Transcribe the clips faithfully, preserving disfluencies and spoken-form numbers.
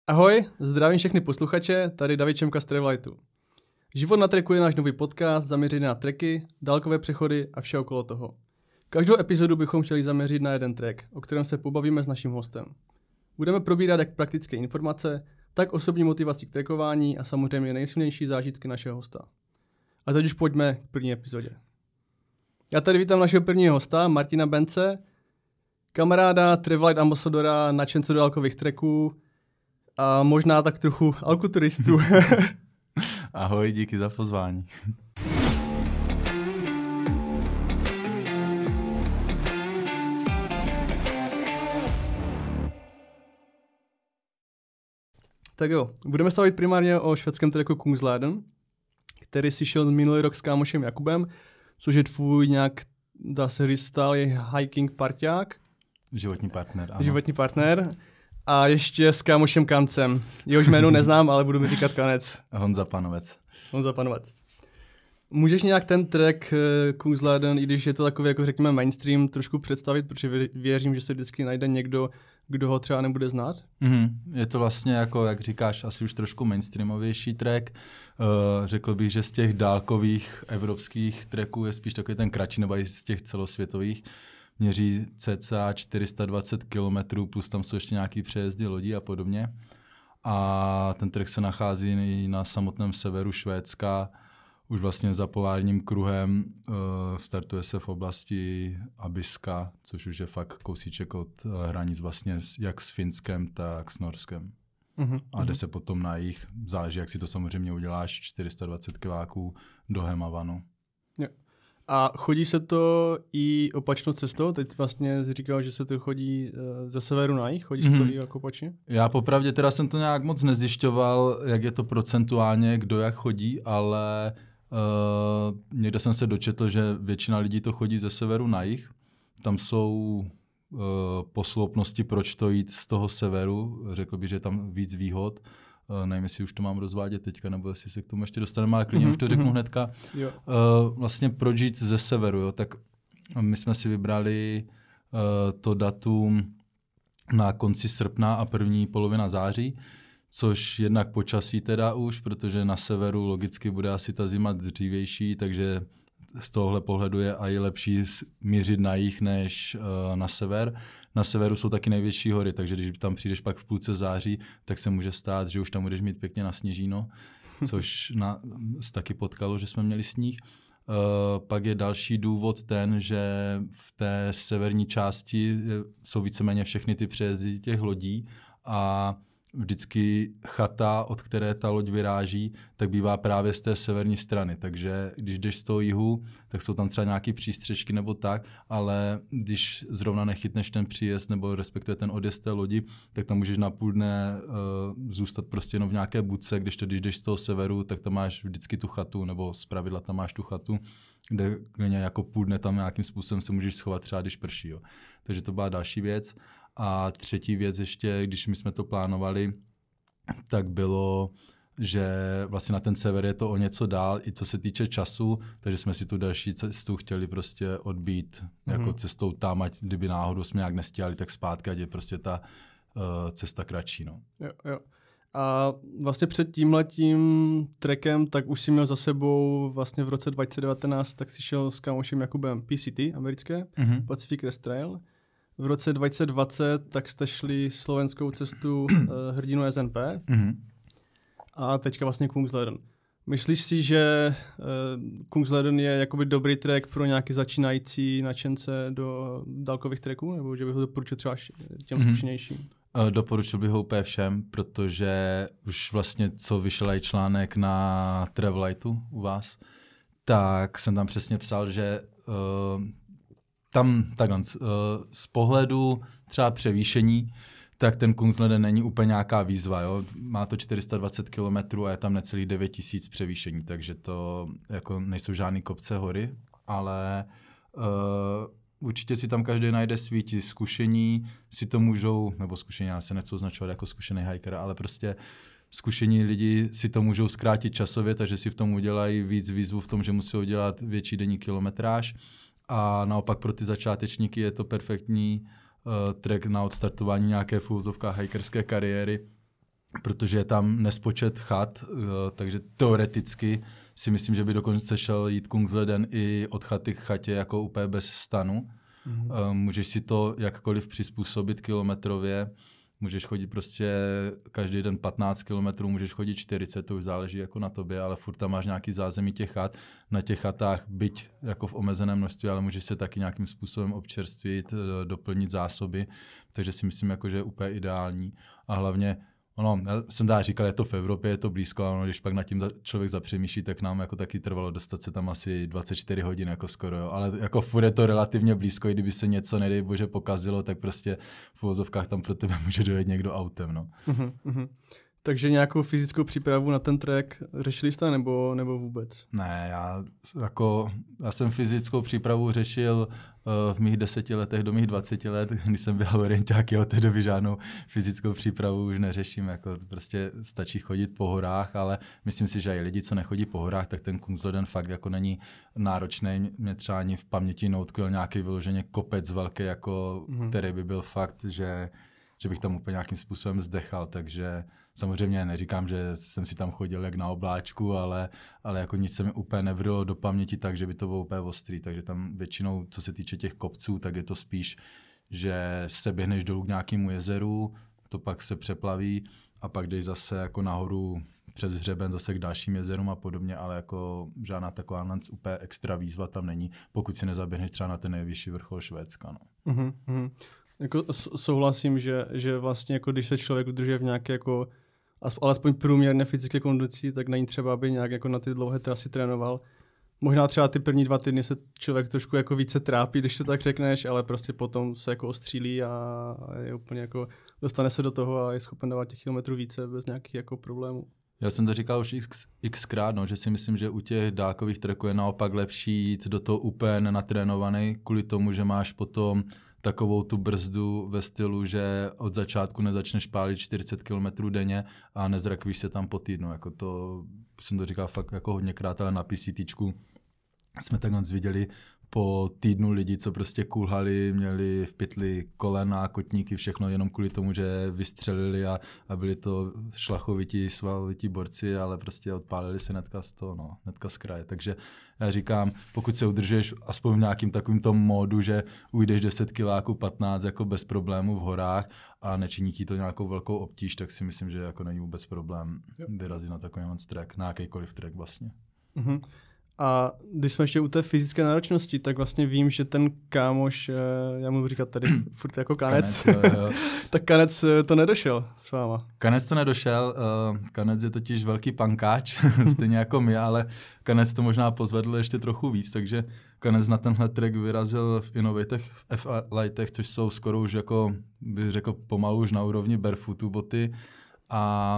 Ahoj, zdravím všechny posluchače, tady David Čemka z Travellightu. Život na treku je náš nový podcast zaměřený na treky, dálkové přechody a vše okolo toho. Každou epizodu bychom chtěli zaměřit na jeden trek, o kterém se pobavíme s naším hostem. Budeme probírat jak praktické informace, tak osobní motivaci k trekování a samozřejmě nejsilnější zážitky našeho hosta. A teď už pojďme k první epizodě. Já tady vítám našeho prvního hosta, Martina Bence, kamaráda, Travellight ambasadora, nadšence do dálkových treků a možná tak trochu alkoturistů. Ahoj, díky za pozvání. Tak jo, budeme se bavit primárně o švédském treku Kungsleden, který si šel minulý rok s kámošem Jakubem, což je tvůj nějak, dá se říct, stálý hiking parťák. Životní partner, ano. Životní partner. A ještě s kámošem Kancem. Jehož jméno neznám, ale budu mi říkat Kanec. Honza Panovec. Honza Panovec. Můžeš nějak ten track Kungsleden, i když je to takový, jako řekněme, mainstream, trošku představit, protože věřím, že se vždycky najde někdo, kdo ho třeba nebude znát? Mm-hmm. Je to vlastně, jako jak říkáš, asi už trošku mainstreamovější track. Uh, řekl bych, že z těch dálkových evropských tracků je spíš takový ten kratší, nebo i z těch celosvětových. Měří cca čtyři sta dvacet kilometrů, plus tam jsou ještě nějaký přejezdy lodí a podobně. A ten track se nachází na samotném severu Švédska, už vlastně za polárním kruhem, uh, startuje se v oblasti Abiska, což už je fakt kousíček od uh, hranic vlastně jak s Finskem, tak s Norskem. Uh-huh, a jde uh-huh. se potom na jih, záleží, jak si to samozřejmě uděláš, čtyři sta dvacet kiláků do Hemavanu. Yeah. A chodí se to i opačnou cestou? Teď vlastně jsi říkal, že se to chodí uh, ze severu na jih, chodí mm-hmm. se to i jako opačně? Já popravdě teda jsem to nějak moc nezjišťoval, jak je to procentuálně, kdo jak chodí, ale uh, někde jsem se dočetl, že většina lidí to chodí ze severu na jih. Tam jsou uh, posloupnosti, proč to jít z toho severu. Řekl bych, že je tam víc výhod. Uh, nevím, jestli už to mám rozvádět teďka, nebo jestli se k tomu ještě dostaneme, ale klidně mm-hmm. už to řeknu hnedka. Jo. Uh, vlastně proč jít ze severu, jo? Tak my jsme si vybrali uh, to datum na konci srpna a první polovina září, což jednak počasí teda už, protože na severu logicky bude asi ta zima dřívější, takže z tohohle pohledu je i lepší mířit na jih než uh, na sever. Na severu jsou taky největší hory, takže když tam přijdeš pak v půlce září, tak se může stát, že už tam budeš mít pěkně nasněžíno, což nás taky potkalo, že jsme měli sníh. Uh, pak je další důvod ten, že v té severní části jsou víceméně všechny ty přejezdy těch lodí a vždycky chata, od které ta loď vyráží, tak bývá právě z té severní strany. Takže když jdeš z toho jihu, tak jsou tam třeba nějaké přístřešky nebo tak, ale když zrovna nechytneš ten příjezd nebo respektive ten odjezd té lodi, tak tam můžeš na půl dne uh, zůstat prostě jenom v nějaké budce, když to když jdeš z toho severu, tak tam máš vždycky tu chatu, nebo zpravidla tam máš tu chatu, kde jako půl dne tam nějakým způsobem se můžeš schovat třeba, když prší. Jo. Takže to byla další věc. A třetí věc ještě, když my jsme to plánovali, tak bylo, že vlastně na ten sever je to o něco dál, i co se týče času, takže jsme si tu další cestu chtěli prostě odbít mm-hmm. jako cestou tam, ať kdyby náhodou jsme nějak nestíhali, tak zpátky, ať je prostě ta uh, cesta kratší. No. Jo, jo. A vlastně před tímhletím trekem, tak už si měl za sebou vlastně v roce dva tisíce devatenáct, tak si šel s kámošem Jakubem P C T americké, mm-hmm. Pacific Crest Trail. V roce dva tisíce dvacet tak jste šli slovenskou cestu uh, hrdinu S N P mm-hmm. a teďka vlastně Kungsleden. Myslíš si, že uh, Kungsleden je jakoby dobrý track pro nějaký začínající nadšence do dálkových tracků, nebo že bych ho doporučil třeba těm mm-hmm. zkušenějším? Uh, doporučil bych ho úplně všem, protože už vlastně co vyšel i článek na Travellightu u vás, tak jsem tam přesně psal, že uh, tam takhle, z pohledu třeba převýšení, tak ten Kungsleden není úplně nějaká výzva. Jo? Má to čtyři sta dvacet kilometrů a je tam necelých devět tisíc převýšení, takže to jako nejsou žádný kopce hory, ale uh, určitě si tam každý najde svý ti zkušení, si to můžou, nebo zkušení, já se nechci označovat jako zkušený hiker, ale prostě zkušení lidi si to můžou zkrátit časově, takže si v tom udělají víc výzvu v tom, že musí udělat větší denní kilometráž. A naopak pro ty začátečníky je to perfektní uh, track na odstartování nějaké v úvozovkách hikerské kariéry, protože je tam nespočet chat, takže teoreticky si myslím, že by dokonce šel jít Kungsleden i od chaty k chatě jako úplně bez stanu. Mm-hmm. Můžeš si to jakkoliv přizpůsobit kilometrově, můžeš chodit prostě každý den patnáct kilometrů, můžeš chodit čtyřicet, to už záleží jako na tobě, ale furt tam máš nějaký zázemí těch chat. Na těch chatách byť jako v omezeném množství, ale můžeš se taky nějakým způsobem občerstvit, doplnit zásoby, takže si myslím, jako, že je úplně ideální. A hlavně, ono, já jsem dá říkal, je to v Evropě, je to blízko, ale když pak nad tím člověk zapřemýšlí, tak nám jako taky trvalo dostat se tam asi dvacet čtyři hodin jako skoro, jo. Ale jako furt je to relativně blízko, i kdyby se něco, nedej bože, pokazilo, tak prostě v uvozovkách tam pro tebe může dojet někdo autem, no. Uh-huh, uh-huh. Takže nějakou fyzickou přípravu na ten trek řešili jste nebo, nebo vůbec? Ne, já, jako, já jsem fyzickou přípravu řešil uh, v mých deseti letech do mých dvaceti let, když jsem byl orienťák, od té doby žádnou fyzickou přípravu už neřeším. Jako, prostě stačí chodit po horách, ale myslím si, že i lidi, co nechodí po horách, tak ten Kungsleden fakt jako není náročný. Mě třeba ani v paměti noutkvěl nějaký vyloženě kopec velký, jako, mm. který by byl fakt, že že bych tam úplně nějakým způsobem zdechal, takže samozřejmě neříkám, že jsem si tam chodil jak na obláčku, ale, ale jako nic se mi úplně nevrilo do paměti tak, že by to bylo úplně ostrý, takže tam většinou, co se týče těch kopců, tak je to spíš, že se běhneš dolů k nějakému jezeru, to pak se přeplaví a pak jdeš zase jako nahoru přes hřeben zase k dalším jezerům a podobně, ale jako žádná taková úplně extra výzva tam není, pokud si nezaběhneš třeba na ten nejvyšší vrchol Švédska. No. Mm-hmm. Jako souhlasím, že, že vlastně jako když se člověk udržuje v nějaké jako alespoň průměrné fyzické kondici, tak není třeba, aby nějak jako na ty dlouhé trasy trénoval. Možná třeba ty první dva týdny se člověk trošku jako více trápí, když to tak řekneš, ale prostě potom se jako ostřílí a, a je úplně jako dostane se do toho a je schopen dávat těch kilometrů více bez nějakých jako problémů. Já jsem to říkal už x, xkrát, no, že si myslím, že u těch dálkových treků je naopak lepší jít do toho úplně nenatrénovaný, kvůli tomu, že máš potom takovou tu brzdu ve stylu, že od začátku nezačneš pálit čtyřicet kilometrů denně a nezrakvíš se tam po týdnu. Jako to jsem to říkal fakt jako hodněkrát, ale na PCTčku jsme takhle viděli po týdnu lidi, co prostě kulhali, měli v pytli kolena, kotníky, všechno jenom kvůli tomu, že vystřelili a, a byli to šlachovití, svalovití borci, ale prostě odpálili se netka z toho, no, netka z kraje. Takže já říkám, pokud se udržuješ aspoň v nějakým takovým tom módu, že ujdeš deset kiláků, patnáct jako bez problémů v horách a nečiní ti to nějakou velkou obtíž, tak si myslím, že jako není vůbec problém vyrazit na takový trek, na jakýkoliv trek vlastně. Mhm. A když jsme ještě u té fyzické náročnosti, tak vlastně vím, že ten kámoš, já mu říkat tady furt jako Kanec, Kanec jo, jo. tak Kanec to nedošel s váma. Kanec to nedošel, uh, Kanec je totiž velký pankáč, stejně jako my, ale Kanec to možná pozvedl ještě trochu víc, takže Kanec na tenhle track vyrazil v Innovatech, v F-Lightech, což jsou skoro už jako, bych řekl, pomalu už na úrovni barefootu boty a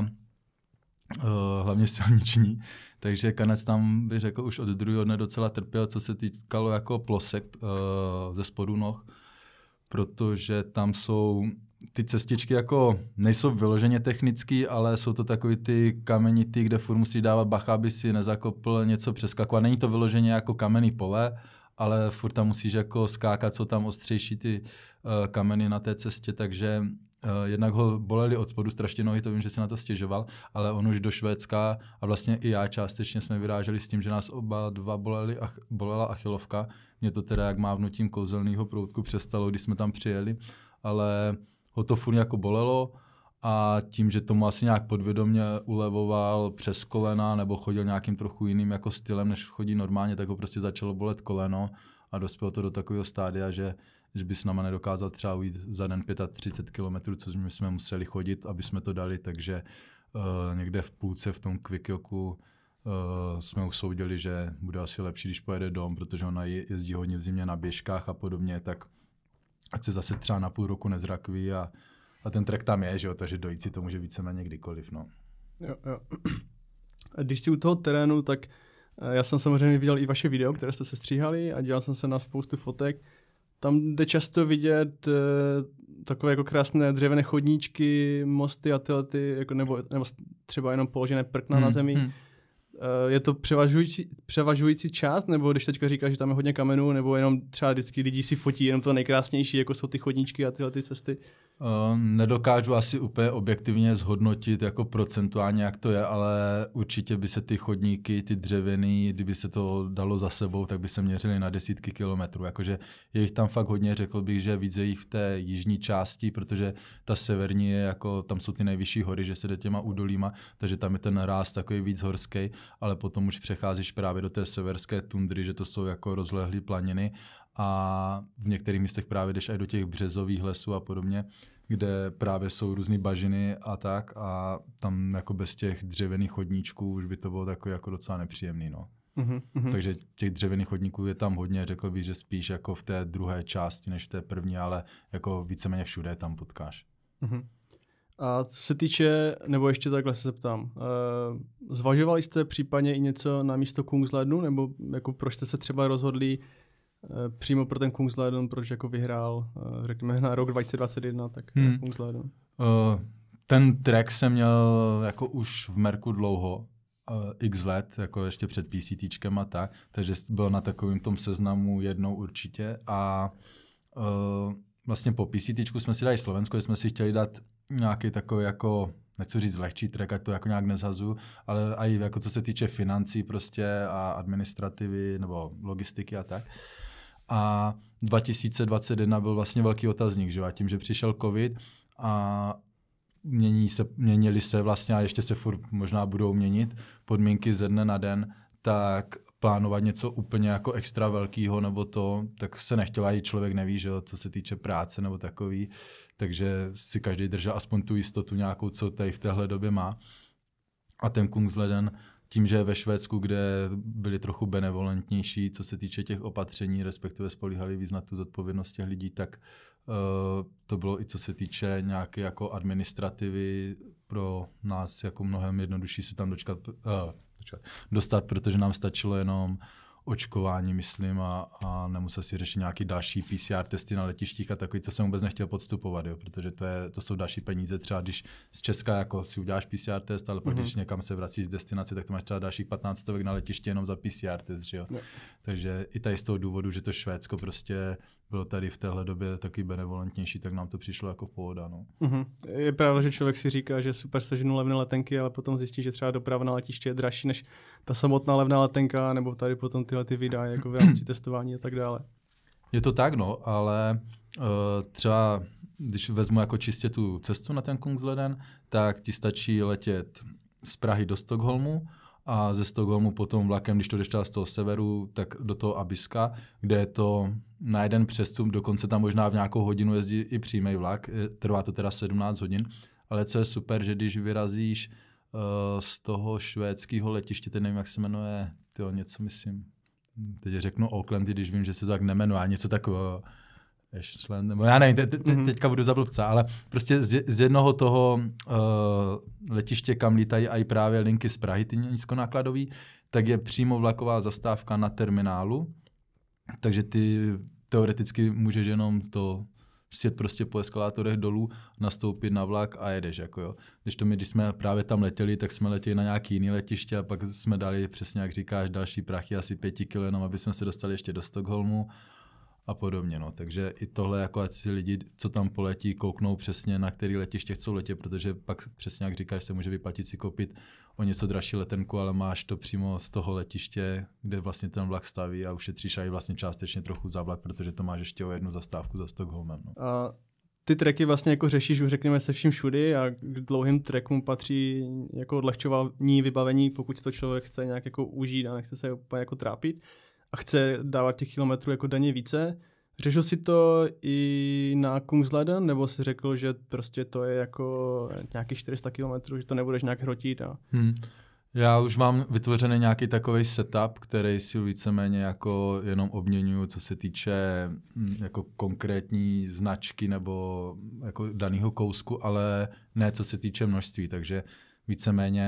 uh, hlavně silniční. Takže Kanec tam, bych řekl, už od druhého dne docela trpěl, co se týkalo jako plosek uh, ze spodu noh, protože tam jsou ty cestičky jako nejsou vyloženě technický, ale jsou to takový ty kamenitý, kde furt musí dávat bacha, aby si nezakopl něco přeskakovat. Není to vyloženě jako kamenný pole, ale furt tam musíš jako skákat, jsou tam ostřejší ty uh, kameny na té cestě, takže uh, jednak ho boleli od spodu strašně nohy, to vím, že si na to stěžoval, ale on už do Švédska a vlastně i já částečně jsme vyráželi s tím, že nás oba dva boleli, ach, bolela achilovka. Mě to teda jak mávnutím kouzelného proutku přestalo, když jsme tam přijeli, ale ho to furt jako bolelo a tím, že tomu asi nějak podvědomě ulevoval přes kolena nebo chodil nějakým trochu jiným jako stylem, než chodí normálně, tak ho prostě začalo bolet koleno a dospělo to do takového stádia, že, že by s náma nedokázal třeba ujít za den třicet pět kilometrů, což my jsme museli chodit, aby jsme to dali, takže uh, někde v půlce v tom Quickjoku uh, jsme usoudili, že bude asi lepší, když pojede dom, protože ona jezdí hodně v zimě na běžkách a podobně, tak ať se zase třeba na půl roku nezrakví a, a ten trek tam je, že jo, takže dojít si to může víceméně kdykoliv, no. Jo, jo. A když jsi u toho terénu, tak já jsem samozřejmě viděl i vaše video, které jste se stříhali a dělal jsem se na spoustu fotek. Tam jde často vidět e, takové jako krásné dřevěné chodníčky, mosty a tyhle ty, jako, nebo, nebo třeba jenom položené prkna hmm, na zemi. Hmm. je to převažující, převažující část, nebo když teďka říkáš, že tam je hodně kamenů, nebo jenom třeba vždycky lidi si fotí jenom to nejkrásnější, jako jsou ty chodníčky a tyhle ty cesty? Uh, nedokážu asi úplně objektivně zhodnotit jako procentuálně, jak to je, ale určitě by se ty chodníky, ty dřevěný, kdyby se to dalo za sebou, tak by se měřily na desítky kilometrů. Jakože je jich tam fakt hodně, řekl bych, že víc je jich v té jižní části, protože ta severní je jako, tam jsou ty nejvyšší hory, že se jde těma údolíma, takže tam je ten ráz takový víc horský, ale potom už přecházíš právě do té severské tundry, že to jsou jako rozlehlé planiny a v některých místech právě jdeš i do těch březových lesů a podobně, kde právě jsou různý bažiny a tak a tam jako bez těch dřevěných chodníčků už by to bylo takový jako docela nepříjemný, no. Mm-hmm. Takže těch dřevěných chodníků je tam hodně, řekl bych, že spíš jako v té druhé části než v té první, ale jako víceméně všude tam potkáš. Mm-hmm. A co se týče, nebo ještě takhle se zeptám, uh, zvažovali jste případně i něco na místo Kungsleden, nebo jako proč jste se třeba rozhodli uh, přímo pro ten Kungsleden, proč jako vyhrál, uh, řekněme na rok dva tisíce dvacet jedna, tak hmm. Kungsleden? Uh, ten track jsem měl jako už v merku dlouho, uh, x let, jako ještě před PCTčkem a tak, takže byl na takovém tom seznamu jednou určitě a uh, vlastně po PCTčku jsme si dali Slovensko, že jsme si chtěli dát nějaký takový jako, nechci říct lehčí track, ať to jako nějak nezhazu, ale i jako co se týče financí prostě a administrativy nebo logistiky a tak. A dva tisíce dvacet jedna byl vlastně velký otazník, že? A tím, že přišel covid a mění se, měnili se vlastně a ještě se furt možná budou měnit podmínky ze dne na den, tak plánovat něco úplně jako extra velkýho nebo to, tak se nechtěla, i člověk neví, že jo, co se týče práce nebo takový, takže si každý držel aspoň tu jistotu nějakou, co tady v téhle době má. A ten Kungsleden, tím, že je ve Švédsku, kde byli trochu benevolentnější, co se týče těch opatření, respektive spolíhali víc na tu zodpovědnost těch lidí, tak uh, to bylo i co se týče nějaké jako administrativy pro nás jako mnohem jednodušší se tam dočkat, uh, dočkat, dostat, protože nám stačilo jenom očkování, myslím, a, a nemusel si řešit nějaký další P C R testy na letištích a takový, co jsem vůbec nechtěl podstupovat, jo, protože to, je, to jsou další peníze, třeba když z Česka jako si uděláš P C R test, ale pak mm-hmm. když někam se vracíš z destinace, tak to máš třeba dalších patnáct stovek na letiště jenom za P C R test, že jo. No. Takže i tady z toho důvodu, že to Švédsko prostě bylo tady v téhle době taky benevolentnější, tak nám to přišlo jako pohoda, no. Mm-hmm. Je pravda, že člověk si říká, že super seženu levné letenky, ale potom zjistí, že třeba doprava na letiště je dražší než ta samotná levná letenka, nebo tady potom tyhle ty výdaje jako v rámci testování a tak dále. Je to tak, no, ale uh, třeba když vezmu jako čistě tu cestu na ten Kungsleden, tak ti stačí letět z Prahy do Stockholmu a ze Stockholmu potom vlakem, když to jdeš z toho severu, tak do toho Abiska, kde je to na jeden přestup, dokonce tam možná v nějakou hodinu jezdí i přímý vlak, trvá to teda sedmnáct hodin, ale co je super, že když vyrazíš uh, z toho švédského letiště, teď nevím, jak se jmenuje, tyjo, něco myslím, teď řeknu Auckland, když vím, že se to tak nemenuje, a něco takového, ještě, nebo já nevím, te, te, te, teďka budu za blbce, ale prostě z, z jednoho toho uh, letiště, kam lítají i právě linky z Prahy, ty nízkonákladový, tak je přímo vlaková zastávka na terminálu, takže ty teoreticky můžeš jenom to sjet prostě po eskalátorech dolů, nastoupit na vlak a jedeš. Jako jo. Když to my, když jsme právě tam letěli, tak jsme letěli na nějaký jiný letiště a pak jsme dali, přesně jak říkáš, další prachy, asi pěti kilo, jenom aby jsme se dostali ještě do Stockholmu a podobně. No. Takže i tohle, jako ať si lidi, co tam poletí, kouknou přesně, na který letiště chcou letět, protože pak přesně jak říkáš, se může vyplatit si koupit o něco dražší letenku, ale máš to přímo z toho letiště, kde vlastně ten vlak staví a ušetříš i vlastně částečně trochu za vlak, protože to máš ještě o jednu zastávku za Stockholmem. No. A ty tracky vlastně jako řešíš už řekněme se vším všudy a k dlouhým trackům patří jako odlehčování vybavení, pokud to člověk chce nějak jako užít a nechce se úplně jako trápit a chce dávat těch kilometrů jako denně více. Řešil si to i na Kungsleden, nebo jsi řekl, že prostě to je jako nějakých čtyři sta kilometrů, že to nebudeš nějak hrotit? A... Hmm. Já už mám vytvořený nějaký takový setup, který si víceméně jako jenom obměňuju, co se týče jako konkrétní značky nebo jako daného kousku, ale ne co se týče množství, takže víceméně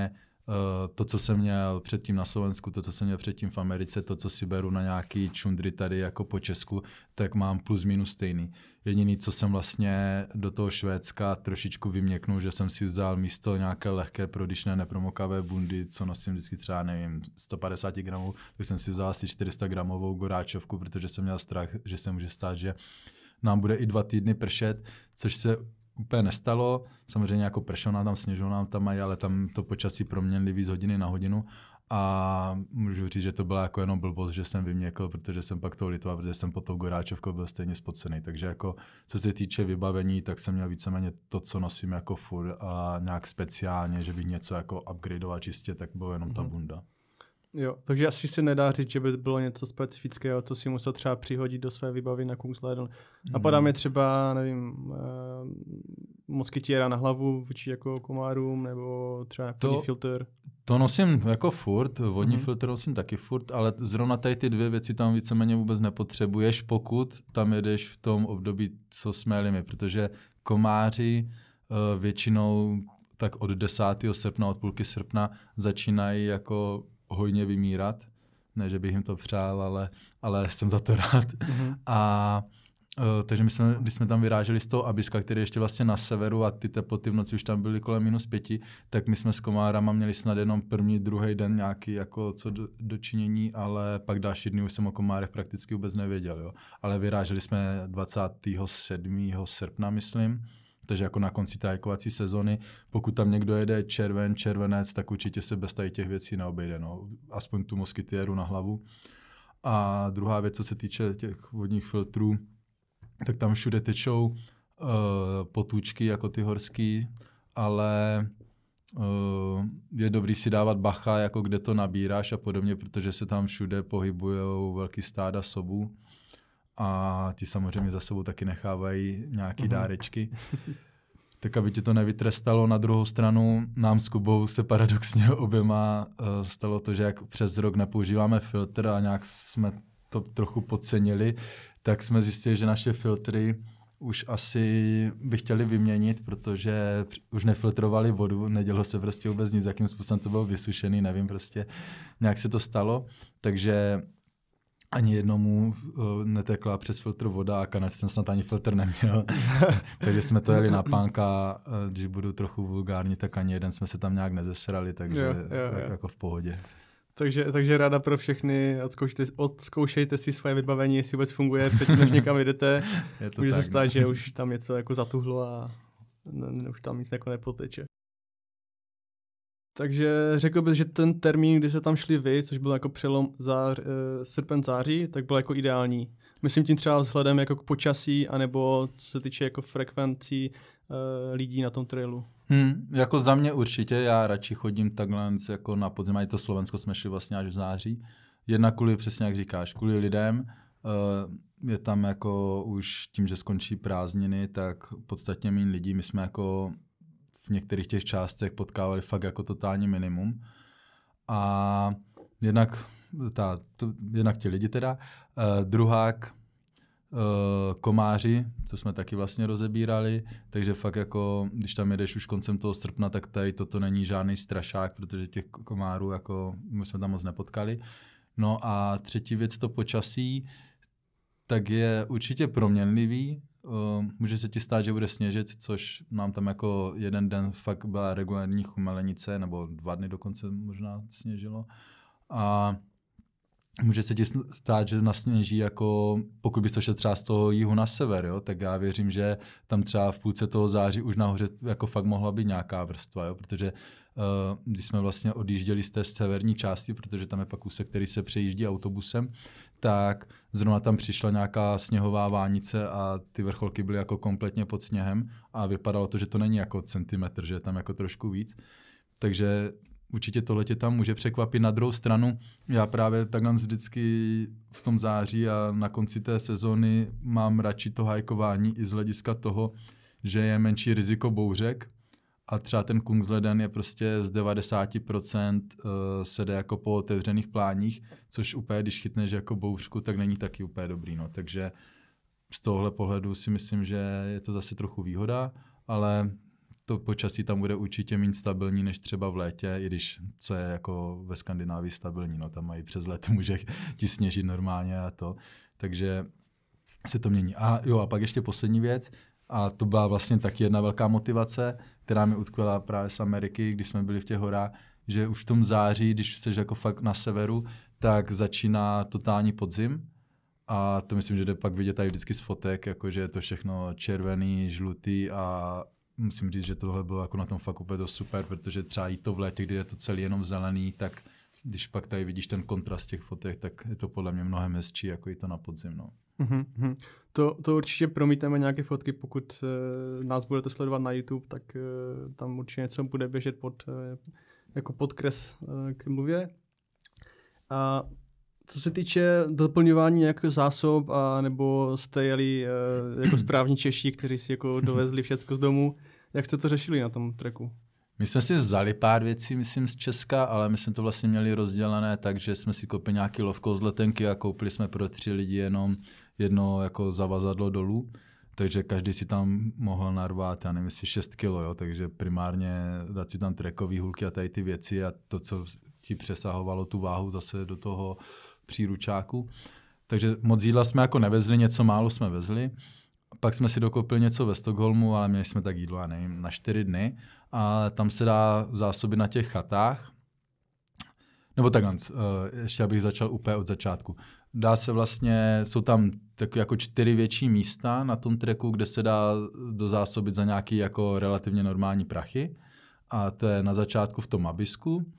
to, co jsem měl předtím na Slovensku, to, co jsem měl předtím v Americe, to, co si beru na nějaký čundry tady jako po Česku, tak mám plus minus stejný. Jediný, co jsem vlastně do toho Švédska trošičku vyměknul, že jsem si vzal místo nějaké lehké, prodyšné, nepromokavé bundy, co nosím vždycky třeba, nevím, sto padesát gramů, tak jsem si vzal asi čtyři sta gramovou goráčovku, protože jsem měl strach, že se může stát, že nám bude i dva týdny pršet, což se úplně nestalo. Samozřejmě jako pršelo nám tam, sněžilo nám tam mají, ale tam to počasí proměnlivý z hodiny na hodinu. A můžu říct, že to byla jako jenom blbost, že jsem vyměkl, protože jsem pak to litoval, protože jsem pod tou goráčovkou byl stejně spocený. Takže jako, co se týče vybavení, tak jsem měl víceméně to, co nosím jako furt a nějak speciálně, že bych něco jako upgradeoval čistě, tak bylo jenom ta bunda. Jo, takže asi se nedá říct, že by bylo něco specifického, co si musel třeba přihodit do své vybavy na Kungsleden. Hmm. Napadá mě třeba, nevím, uh, moskytiera na hlavu vůči jako komárům, nebo třeba to, filtr. To nosím jako furt, vodní hmm. filtr nosím taky furt, ale zrovna tady ty dvě věci tam víceméně vůbec nepotřebuješ, pokud tam jedeš v tom období, co jsme jeli my, protože komáři uh, většinou tak od desátého srpna, od půlky srpna začínají jako hojně vymírat. Ne, že bych jim to přál, ale, ale jsem za to rád. Mm-hmm. A uh, takže my jsme, když jsme tam vyráželi z toho Abiska, který je ještě vlastně na severu a ty teploty v noci už tam byly kolem minus pěti, tak my jsme s komárama měli snad jenom první, druhý den nějaký jako co do, dočinění, ale pak další dny už jsem o komárech prakticky vůbec nevěděl. Jo. Ale vyráželi jsme dvacátého sedmého srpna, myslím. Takže jako na konci té hajkovací sezony, pokud tam někdo jede červen, červenec, tak určitě se bez tady těch věcí neobejde. No. Aspoň tu moskytiéru na hlavu. A druhá věc, co se týče těch vodních filtrů, tak tam všude tečou uh, potůčky jako ty horský, ale uh, je dobrý si dávat bacha, jako kde to nabíráš a podobně, protože se tam všude pohybujou velký stáda sobů. A ti samozřejmě za sebou taky nechávají nějaký uhum. dárečky. Tak aby ti to nevytrestalo. Na druhou stranu nám s Kubou se paradoxně oběma uh, stalo to, že jak přes rok nepoužíváme filtr a nějak jsme to trochu podcenili, tak jsme zjistili, že naše filtry už asi by chtěli vyměnit, protože už nefiltrovali vodu, nedělo se prostě vůbec nic, jakým způsobem to bylo vysušený, nevím prostě, nějak se to stalo, takže ani jednomu uh, netekla přes filtr voda a kanec ten snad ani filtr neměl. Takže jsme to jeli na pánka, uh, když budu trochu vulgární, tak ani jeden jsme se tam nějak nezesrali, takže jo, jo, jo. jako v pohodě. Takže, takže ráda pro všechny, odzkoušejte, odzkoušejte si své vybavení, jestli vůbec funguje, teď než někam jdete, může tak, se stát, no. že už tam něco jako zatuhlo a ne, už tam nic jako nepoteče. Takže řekl bych, že ten termín, kdy se tam šli vy, což byl jako přelom zář, e, srpen září, tak byl jako ideální. Myslím tím třeba vzhledem jako k počasí, anebo co se týče jako frekvencí e, lidí na tom trailu. Hmm, jako za mě určitě, já radši chodím takhle jako na podzim, a i to Slovensko jsme šli vlastně až v září. Jedna kvůli, přesně jak říkáš, kvůli lidem, e, je tam jako už tím, že skončí prázdniny, tak podstatně méně lidí, my jsme jako v některých těch částech potkávali fakt jako totální minimum. A jednak, ta, to, jednak ti lidi teda, uh, druhák uh, komáři, co jsme taky vlastně rozebírali, takže fakt jako, když tam jedeš už koncem toho srpna, tak tady toto není žádný strašák, protože těch komárů jako my jsme tam moc nepotkali. No a třetí věc, to počasí, tak je určitě proměnlivý. Uh, může se ti stát, že bude sněžit, což nám tam jako jeden den fakt byla regulární chumelenice, nebo dva dny dokonce možná sněžilo. A může se ti stát, že nasněží, jako pokud bys to šel třeba z toho jihu na sever, jo, tak já věřím, že tam třeba v půlce toho září už nahoře jako fakt mohla být nějaká vrstva, jo, protože uh, když jsme vlastně odjížděli z té severní části, protože tam je pak úsek, který se přejíždí autobusem, tak zrovna tam přišla nějaká sněhová vánice a ty vrcholky byly jako kompletně pod sněhem a vypadalo to, že to není jako centimetr, že je tam jako trošku víc. Takže určitě tohle tě tam může překvapit. Na druhou stranu, já právě takhle vždycky v tom září a na konci té sezóny mám radši to hajkování i z hlediska toho, že je menší riziko bouřek a třeba ten Kungsleden je prostě z devadesát procent se jde jako po otevřených pláních, což úplně, když chytneš jako bouřku, tak není taky úplně dobrý. No. Takže z tohohle pohledu si myslím, že je to zase trochu výhoda, ale to počasí tam bude určitě méně stabilní než třeba v létě, i když co je jako ve Skandinávii stabilní, no tam mají přes léto může ti sněžit normálně a to, takže se to mění. A jo, a pak ještě poslední věc, a to byla vlastně taky jedna velká motivace, která mi utkvěla právě z Ameriky, když jsme byli v těch horách, že už v tom září, když jsi jako fakt na severu, tak začíná totální podzim. A to myslím, že jde pak vidět tady vždycky z fotek, jakože je to všechno červený, žlutý a musím říct, že tohle bylo jako na tom fakt úplně to super, protože třeba i to v létě, kdy je to celý jenom zelený, tak když pak tady vidíš ten kontrast těch fotek, tak je to podle mě mnohem hezčí, jako i to na podzim. No. Mm-hmm. To, to určitě promítneme nějaké fotky, pokud uh, nás budete sledovat na YouTube, tak uh, tam určitě něco bude běžet pod, uh, jako podkres uh, k mluvě. A co se týče doplňování nějakých zásob, a nebo jste jeli uh, jako správní Češi, kteří si jako dovezli všecko z domu, jak jste to řešili na tom treku? My jsme si vzali pár věcí, myslím, z Česka, ale my jsme to vlastně měli rozdělené tak, že jsme si koupili nějaký lovkou z letenky a koupili jsme pro tři lidi jenom jedno jako zavazadlo dolů, takže každý si tam mohl narvat, já nevím, jestli šest kilo, jo, takže primárně dát si tam trekový hůlky a tady ty věci a to, co ti přesahovalo tu váhu zase do toho příručáku. Takže moc jídla jsme jako nevezli, něco málo jsme vezli. Pak jsme si dokoupili něco ve Stockholmu, ale měli jsme tak jídlo, já nevím, na čtyři dny. A tam se dá zásoby na těch chatách. Nebo takhle, ještě abych začal úplně od začátku. Dá se vlastně, jsou tam tak jako čtyři větší místa na tom treku, kde se dá dozásobit za nějaký jako relativně normální prachy. A to je na začátku v tom Abisku.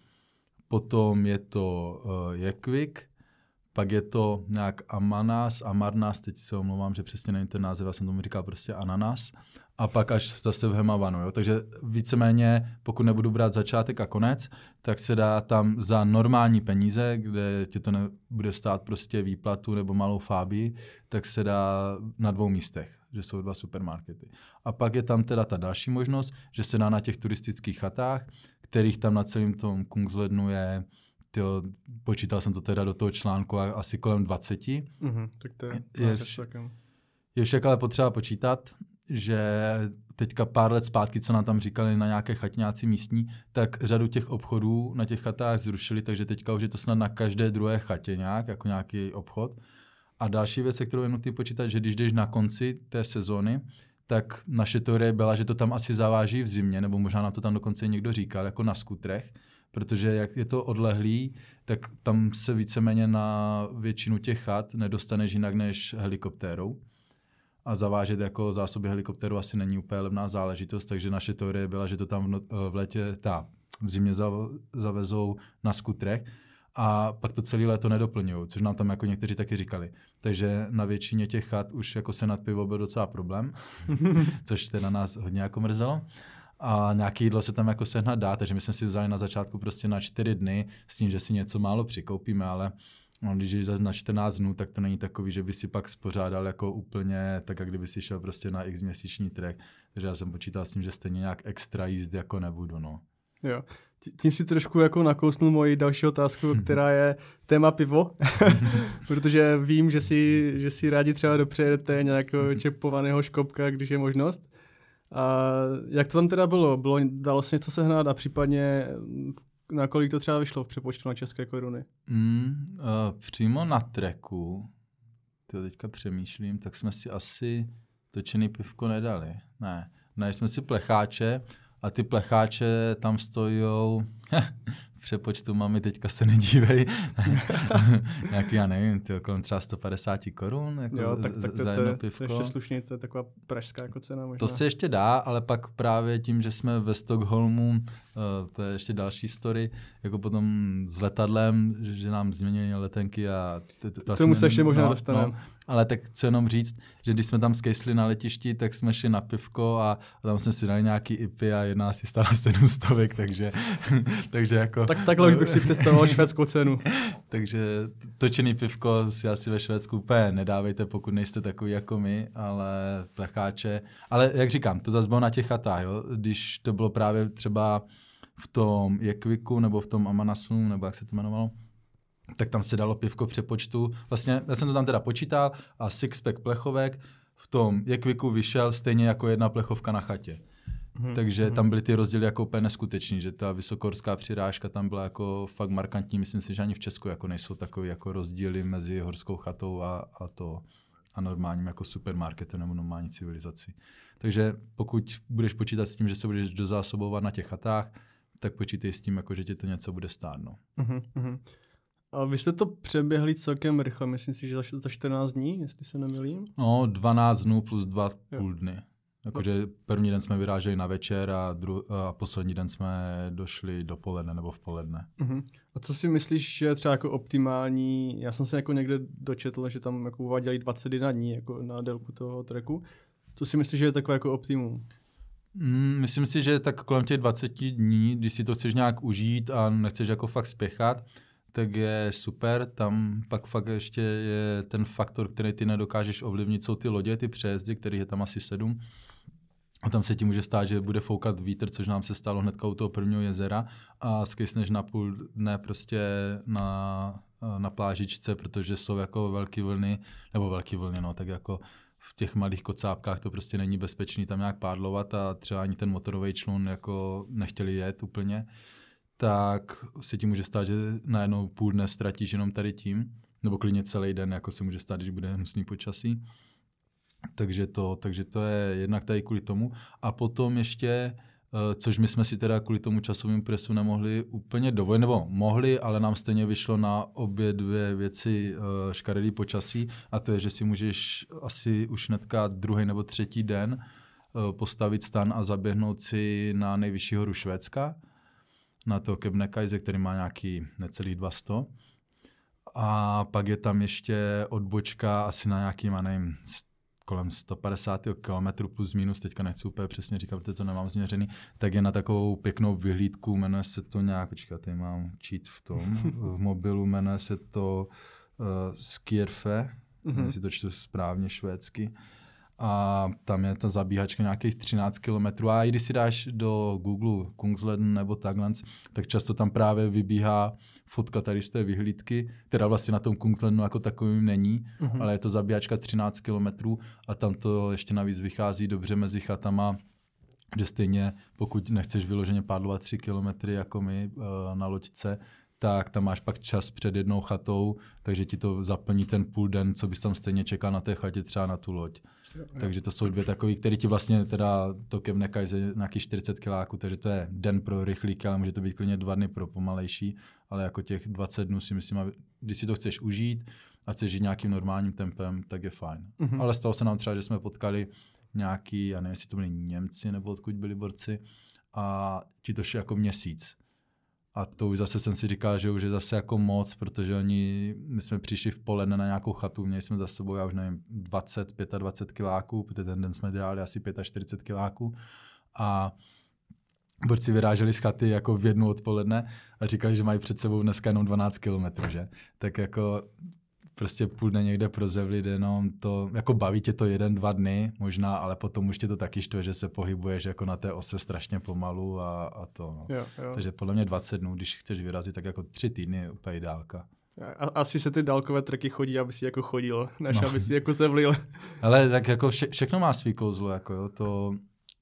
Potom je to uh, Jekvik, pak je to nějak Amanas, Amarnas, teď se omlouvám, že přesně nevím ten název, já jsem tomu říkal prostě ananas. A pak až zase v Hemavanu. Jo? Takže víceméně, pokud nebudu brát začátek a konec, tak se dá tam za normální peníze, kde ti to nebude stát prostě výplatu nebo malou fábii, tak se dá na dvou místech, že jsou dva supermarkety. A pak je tam teda ta další možnost, že se dá na těch turistických chatách, kterých tam na celém tom Kungslednu je, tyjo, počítal jsem to teda do toho článku, asi kolem dvacet. Mm-hmm, tak to je, je, vš- je však ale potřeba počítat, že teďka pár let zpátky, co nám tam říkali na nějaké chatňáci místní, tak řadu těch obchodů na těch chatách zrušili, takže teďka už je to snad na každé druhé chatě nějak, jako nějaký obchod. A další věc, se kterou je nutné počítat, že když jdeš na konci té sezóny, tak naše teorie byla, že to tam asi zaváží v zimě, nebo možná nám to tam dokonce někdo říkal, jako na skutrech, protože jak je to odlehlý, tak tam se víceméně na většinu těch chat nedostaneš jinak než helikoptérou. A zavážet jako zásoby helikoptéru asi není úplně levná záležitost, takže naše teorie byla, že to tam v, no, v létě, ta, v zimě zavezou na skutrech a pak to celé léto nedoplňují, což nám tam jako někteří taky říkali. Takže na většině těch chat už jako se nad pivo byl docela problém, což teda nás hodně jako mrzelo. A nějaké jídlo se tam jako sehnat dá, takže my jsme si vzali na začátku prostě na čtyři dny s tím, že si něco málo přikoupíme, ale no, když jsi zase na čtrnáct dnů, tak to není takový, že by si pak spořádal jako úplně tak, jak kdyby si šel prostě na x měsíční trek. Takže já jsem počítal s tím, že stejně nějak extra jízdy jako nebudu, no. Jo. Tím si trošku jako nakousnul moji další otázku, která je téma pivo, protože vím, že si, že si rádi třeba dopřejedete nějakého čepovaného škopka, když je možnost. A jak to tam teda bylo? bylo? Dalo se něco sehnat a případně na kolik to třeba vyšlo v přepočtu na české koruny? Mm, uh, přímo na treku, to teďka přemýšlím, tak jsme si asi točený pivko nedali. Ne, ne, jsme si plecháče a ty plecháče tam stojou, v přepočtu mami teďka se nedívej, nějaký, já nevím, ty kolem třeba sto padesát korun jako jo, tak, tak za jedno pivko. To je ještě slušný, to je taková pražská jako cena možná. To se ještě dá, ale pak právě tím, že jsme ve Stockholmu, uh, to je ještě další story, jako potom s letadlem, že nám změnili letenky a... To, to, to tomu se ještě možná no, dostaneme. No, ale tak chci jenom říct, že když jsme tam skejsli na letišti, tak jsme šli na pivko a, a tam jsme si dali nějaký I P a jedna si stála sedm stovek, takže, takže jako... Tak takhle už bych si představoval švédskou cenu. Takže točený pivko si asi ve Švédsku úplně nedávejte, pokud nejste takový jako my, ale plecháče. Ale jak říkám, to zase bylo na těch chatách, jo? Když to bylo právě třeba v tom Jekviku nebo v tom Amanasu, nebo jak se to jmenovalo, tak tam se dalo pivko přepočtu. Vlastně já jsem to tam teda počítal a sixpack plechovek v tom Jekviku vyšel stejně jako jedna plechovka na chatě. Hmm. Takže hmm. tam byly ty rozdíly jako úplně neskutečný, že ta vysokohorská přirážka tam byla jako fakt markantní. Myslím si, že ani v Česku jako nejsou takové jako rozdíly mezi horskou chatou a, a to a normálním jako supermarketem nebo normální civilizací. Takže pokud budeš počítat s tím, že se budeš dozásobovat na těch chatách, tak počítej s tím, jako, že ti to něco bude stát. No. Uh-huh. A vy jste to přeběhli celkem rychle, myslím si, že za čtrnáct dní, jestli se nemýlím? No, dvanáct dnů plus dva půl dny. Jakože první den jsme vyráželi na večer a, dru- a poslední den jsme došli dopoledne nebo v poledne. Uh-huh. A co si myslíš, že je třeba jako optimální? Já jsem se jako někde dočetl, že tam jako uváděli dvacet jedna dní jako na délku toho treku. Co si myslíš, že je takové jako optimum? Mm, myslím si, že tak kolem těch dvacet dní, když si to chceš nějak užít a nechceš jako fakt spěchat, tak je super. Tam pak fakt ještě je ten faktor, který ty nedokážeš ovlivnit, jsou ty lodě, ty přejezdy, kterých je tam asi sedm. A tam se ti může stát, že bude foukat vítr, což nám se stalo hnedka u toho prvního jezera a skysneš na půl dne prostě na, na plážičce, protože jsou jako velké vlny, nebo velké vlny, no, tak jako v těch malých kocápkách to prostě není bezpečný tam nějak pádlovat a třeba ani ten motorový člun jako nechtěli jet úplně, tak se ti může stát, že najednou půl dne ztratíš jenom tady tím, nebo klidně celý den, jako se může stát, když bude hnusný počasí. Takže to, takže to je jednak tady kvůli tomu. A potom ještě, což my jsme si teda kvůli tomu časovému presu nemohli úplně dovolit, nebo mohli, ale nám stejně vyšlo na obě dvě věci škaredý počasí a to je, že si můžeš asi už hnedka druhý nebo třetí den postavit stan a zaběhnout si na nejvyšší horu Švédska, na to Kebnekaise, který má nějaký necelých dva sto. A pak je tam ještě odbočka asi na nějaký, nevím, kolem sto padesát kilometrů plus minus, teďka nechci úplně přesně říkat, protože to nemám změřený, tak je na takovou pěknou vyhlídku, jmenuje se to nějak, počkat, tady mám cheat v tom, v mobilu, jmenuje se to uh, Skierfe, mm-hmm. jestli to čtu správně švédsky. A tam je ta zabíhačka nějakých třináct kilometrů. A i když si dáš do Google Kungsleden nebo takhle, tak často tam právě vybíhá fotka tady z té vyhlídky, která vlastně na tom Kungsledenu jako takovým není, mm-hmm. ale je to zabíhačka třináct kilometrů a tam to ještě navíc vychází dobře mezi chatama, že stejně pokud nechceš vyloženě pádlovat tři kilometry jako my na loďce, tak tam máš pak čas před jednou chatou, takže ti to zaplní ten půl den, co bys tam stejně čekal na té chatě třeba na tu loď. Jo, jo. Takže to jsou dvě takové, které ti vlastně teda to Kebnekaise nějakých čtyřicet kiláků, takže to je den pro rychlíky, ale může to být klidně dva dny pro pomalejší, ale jako těch dvacet dnů si myslím, když si to chceš užít a chceš žít nějakým normálním tempem, tak je fajn. Mm-hmm. Ale stalo se nám třeba, že jsme potkali nějaký, já nevím, jestli to byli Němci nebo odkud byli borci a ti to šli jako měsíc. A to už zase jsem si říkal, že už je zase jako moc, protože oni, my jsme přišli v poledne na nějakou chatu, měli jsme za sebou, já už nevím, dvacet, dvacet pět kiláků, protože ten den jsme dělali asi čtyřicet pět kiláků a borci vyráželi z chaty jako v jednu odpoledne a říkali, že mají před sebou dneska jenom dvanáct kilometrů, že? Tak jako prostě půl dne někde prozevlit, jenom to, jako baví tě to jeden, dva dny možná, ale potom už tě to taky štve, že se pohybuješ jako na té ose strašně pomalu a, a to. No. Jo, jo. Takže podle mě dvacet dnů, když chceš vyrazit, tak jako tři týdny je úplně ideálka. A, asi se ty dálkové treky chodí, aby si jako chodil, než no. aby si jako zevlil. Ale tak jako vše, všechno má svý kouzlo, jako jo, to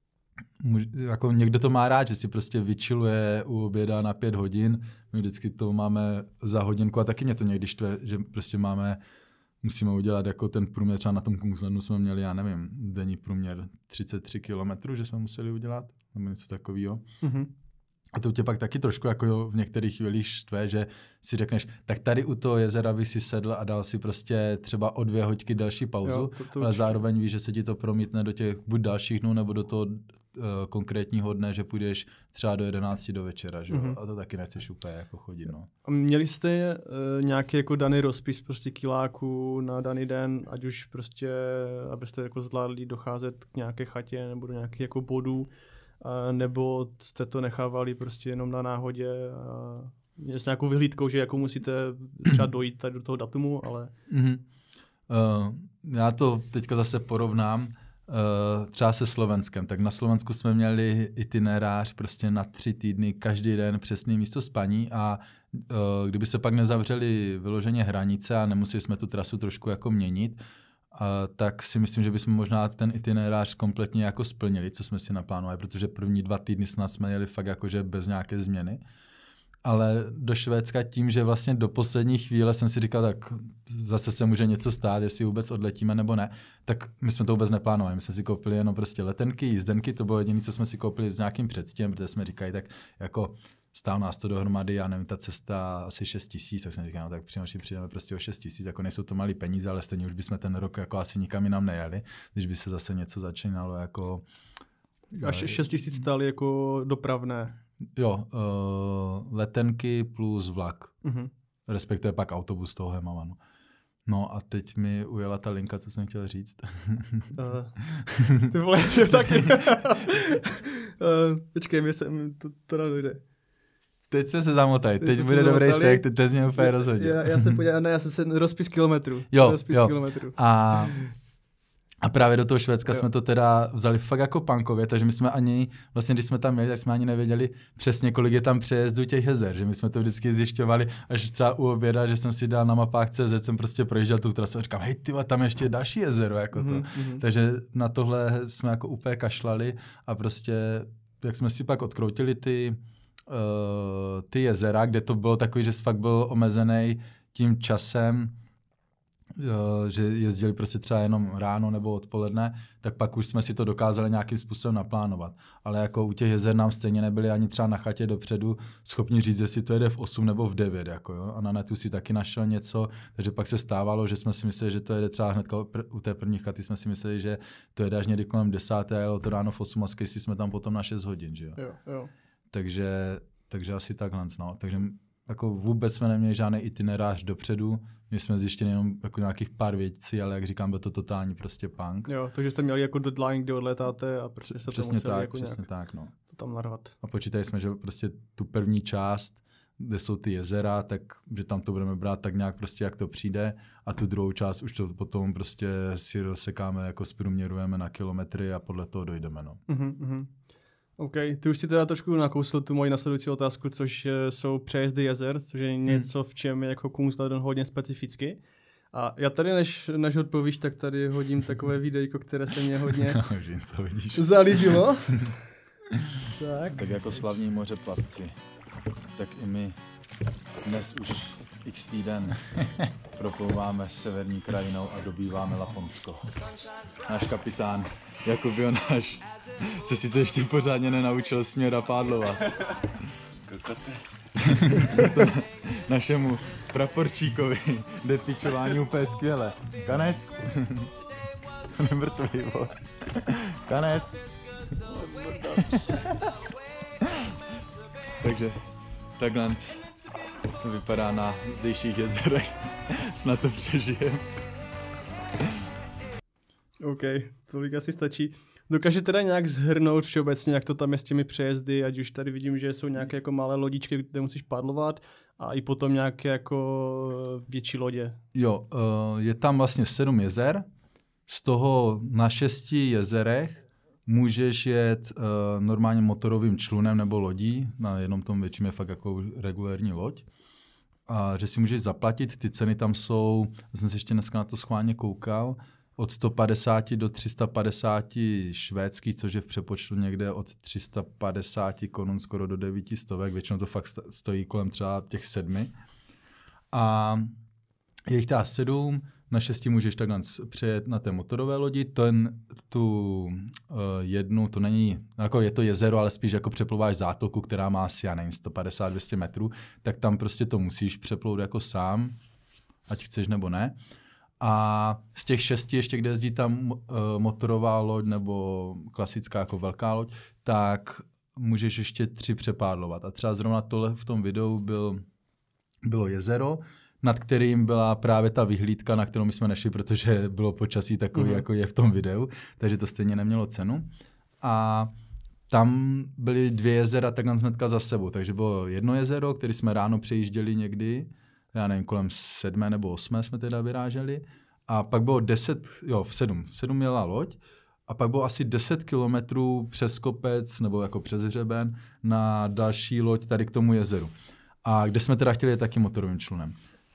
jako někdo to má rád, že si prostě vyčiluje u oběda na pět hodin, my vždycky to máme za hodinku a taky mě to někdy štve, že prostě máme, musíme udělat jako ten průměr, třeba na tom Kungsledenu jsme měli, já nevím, denní průměr třicet tři kilometrů, že jsme museli udělat, nebo něco takového. Mm-hmm. A to tě pak taky trošku jako jo, v některých chvílích štve, že si řekneš, tak tady u toho jezera by si sedl a dal si prostě třeba o dvě hoďky další pauzu, jo, to, to ale zároveň víš, že se ti to promítne do těch buď dalších dnů, nebo do toho uh, konkrétního dne, že půjdeš třeba do jedenácti do večera, že? Mm-hmm. A to taky nechceš úplně jako chodit. No. A měli jste uh, nějaký jako daný rozpis prostě kiláků na daný den, ať už prostě, abyste jako zvládli docházet k nějaké chatě nebo do nějakých jako bodů, a nebo jste to nechávali prostě jenom na náhodě a s nějakou vyhlídkou, že jako musíte třeba dojít tady do toho datumu, ale... Mm-hmm. Uh, já to teďka zase porovnám uh, třeba se Slovenskem. Tak na Slovensku jsme měli itinerář prostě na tři týdny, každý den přesné místo spaní a uh, kdyby se pak nezavřeli vyloženě hranice a nemuseli jsme tu trasu trošku jako měnit, tak si myslím, že bychom možná ten itinerář kompletně jako splnili, co jsme si naplánovali, protože první dva týdny snad jsme jeli fakt jakože bez nějaké změny. Ale do Švédska tím, že vlastně do poslední chvíle jsem si říkal, tak zase se může něco stát, jestli vůbec odletíme nebo ne, tak my jsme to vůbec neplánovali. My jsme si koupili jenom prostě letenky, jízdenky, to bylo jediné, co jsme si koupili s nějakým předstihem, protože jsme říkali, tak jako stál nás to dohromady, já nevím, ta cesta asi šest tisíc, tak jsem říkal, no tak přinoši přijdeme prostě o šest tisíc, jako nejsou to malý peníze, ale stejně už bychom ten rok jako asi nikam jinam nejeli, když by se zase něco začínalo jako... Až šest tisíc stály jako dopravné. Jo, uh, letenky plus vlak, uh-huh. respektive pak autobus toho Hemavanu. No a teď mi ujela ta linka, co jsem chtěl říct. uh, ty vole, že taky. uh, počkej, mi se to teda dojde. Teď jsme se zamotali, teď, teď bude dobrý sek, teď to z něj úplně rozhodil. Já, já se podívám, ne, já jsem se rozpis kilometrů. Jo, rozpis jo. kilometrů. A... A právě do toho Švédska jo. jsme to teda vzali fakt jako punkově, takže my jsme ani, vlastně když jsme tam měli, tak jsme ani nevěděli přesně, kolik je tam přejezdů těch jezer, že my jsme to vždycky zjišťovali až třeba u oběda, že jsem si dal na mapách C Z, jsem prostě projížděl tu trasu a říkám, hej tyva, tam ještě je další jezero, jako to. Mm-hmm. Takže na tohle jsme jako úplně kašlali a prostě, jak jsme si pak odkroutili ty, uh, ty jezera, kde to bylo takový, že fakt byl omezený tím časem, že jezdili prostě třeba jenom ráno nebo odpoledne, tak pak už jsme si to dokázali nějakým způsobem naplánovat. Ale jako u těch jezer nám stejně nebyli ani třeba na chatě dopředu schopni říct, jestli to jede v osm nebo v devět. Jako jo? A na netu si taky našel něco, takže pak se stávalo, že jsme si mysleli, že to jede třeba hned u té první chaty jsme si mysleli, že to jede až někdy kolem desáté a jelo to ráno v osm a skejsi jsme tam potom na šest hodin. Že jo? Jo, jo. Takže, takže asi takhle. No. Takže jako vůbec jsme neměli žádný itinerář dopředu, my jsme zjištěli jenom jako nějakých pár věcí, ale jak říkám, byl to totální prostě punk. Jo, takže jste měli jako deadline, kdy odletáte a prostě se přesně to museli tak, jako přesně nějak tak, no. to tam narvat. A počítali jsme, že prostě tu první část, kde jsou ty jezera, tak že tam to budeme brát tak nějak prostě, jak to přijde, a tu druhou část už to potom prostě si rozsekáme, jako zprůměrujeme na kilometry a podle toho dojdeme, no. Uh-huh. OK, ty už si teda trošku nakousl tu moji nasledující otázku, což jsou přejezdy jezer, což je něco, v čem je jako Kungsleden hodně specificky. A já tady, než, než odpovíš, tak tady hodím takové videjko, které se mě hodně co vidíš? zalíbilo. tak. tak jako slavní mořeplavci, tak i my dnes už x týden proplouváme severní krajinou a dobýváme Laponsko. Náš kapitán Jakub Jonáš se sice ještě pořádně nenaučil směr a pádlovat. Kokote. Našemu praporčíkovi jde pičování úplně skvěle. Kanec. Nemrtvý, vole. Kanec. Takže takhle to vypadá na zdejších jezerech. Snad to přežijem. OK, tolik asi stačí. Dokáže teda nějak shrnout všeobecně, jak to tam je s těmi přejezdy, ať už tady vidím, že jsou nějaké jako malé lodičky, kde musíš padlovat, a i potom nějaké jako větší lodě. Jo, je tam vlastně sedm jezer, z toho na šesti jezerech můžeš jet normálně motorovým člunem nebo lodí, na jednom tom větším je fakt jako regulérní loď, a že si můžeš zaplatit, ty ceny tam jsou, jsem se ještě dneska na to schválně koukal, od sto padesát do tři sta padesát švédských, což je v přepočtu někde od tři sta padesát korun skoro do devět stovek, většinou to fakt stojí kolem třeba těch sedmi. A je jich teda sedm, na šesti můžeš takhle přejet na té motorové lodi, ten, tu uh, jednu, to není, jako je to jezero, ale spíš jako přeplouváš zátoku, která má asi, já nevím, sto padesát až dvě stě metrů, tak tam prostě to musíš přeplout jako sám, ať chceš nebo ne. A z těch šesti ještě, kde jezdí tam uh, motorová loď nebo klasická jako velká loď, tak můžeš ještě tři přepádlovat. A třeba zrovna tohle v tom videu byl, bylo jezero, nad kterým byla právě ta vyhlídka, na kterou my jsme nešli, protože bylo počasí takový, mm. jako je v tom videu, takže to stejně nemělo cenu. A tam byly dvě jezera takhle hnedka za sebou, takže bylo jedno jezero, které jsme ráno přejížděli někdy, já nevím, kolem sedmé nebo osmé jsme teda vyráželi, a pak bylo deset, jo, v sedm, v sedm jela loď, a pak bylo asi deset kilometrů přes kopec, nebo jako přes hřeben, na další loď tady k tomu jezeru. A kde jsme teda chtěli jet taky motorovým člunem.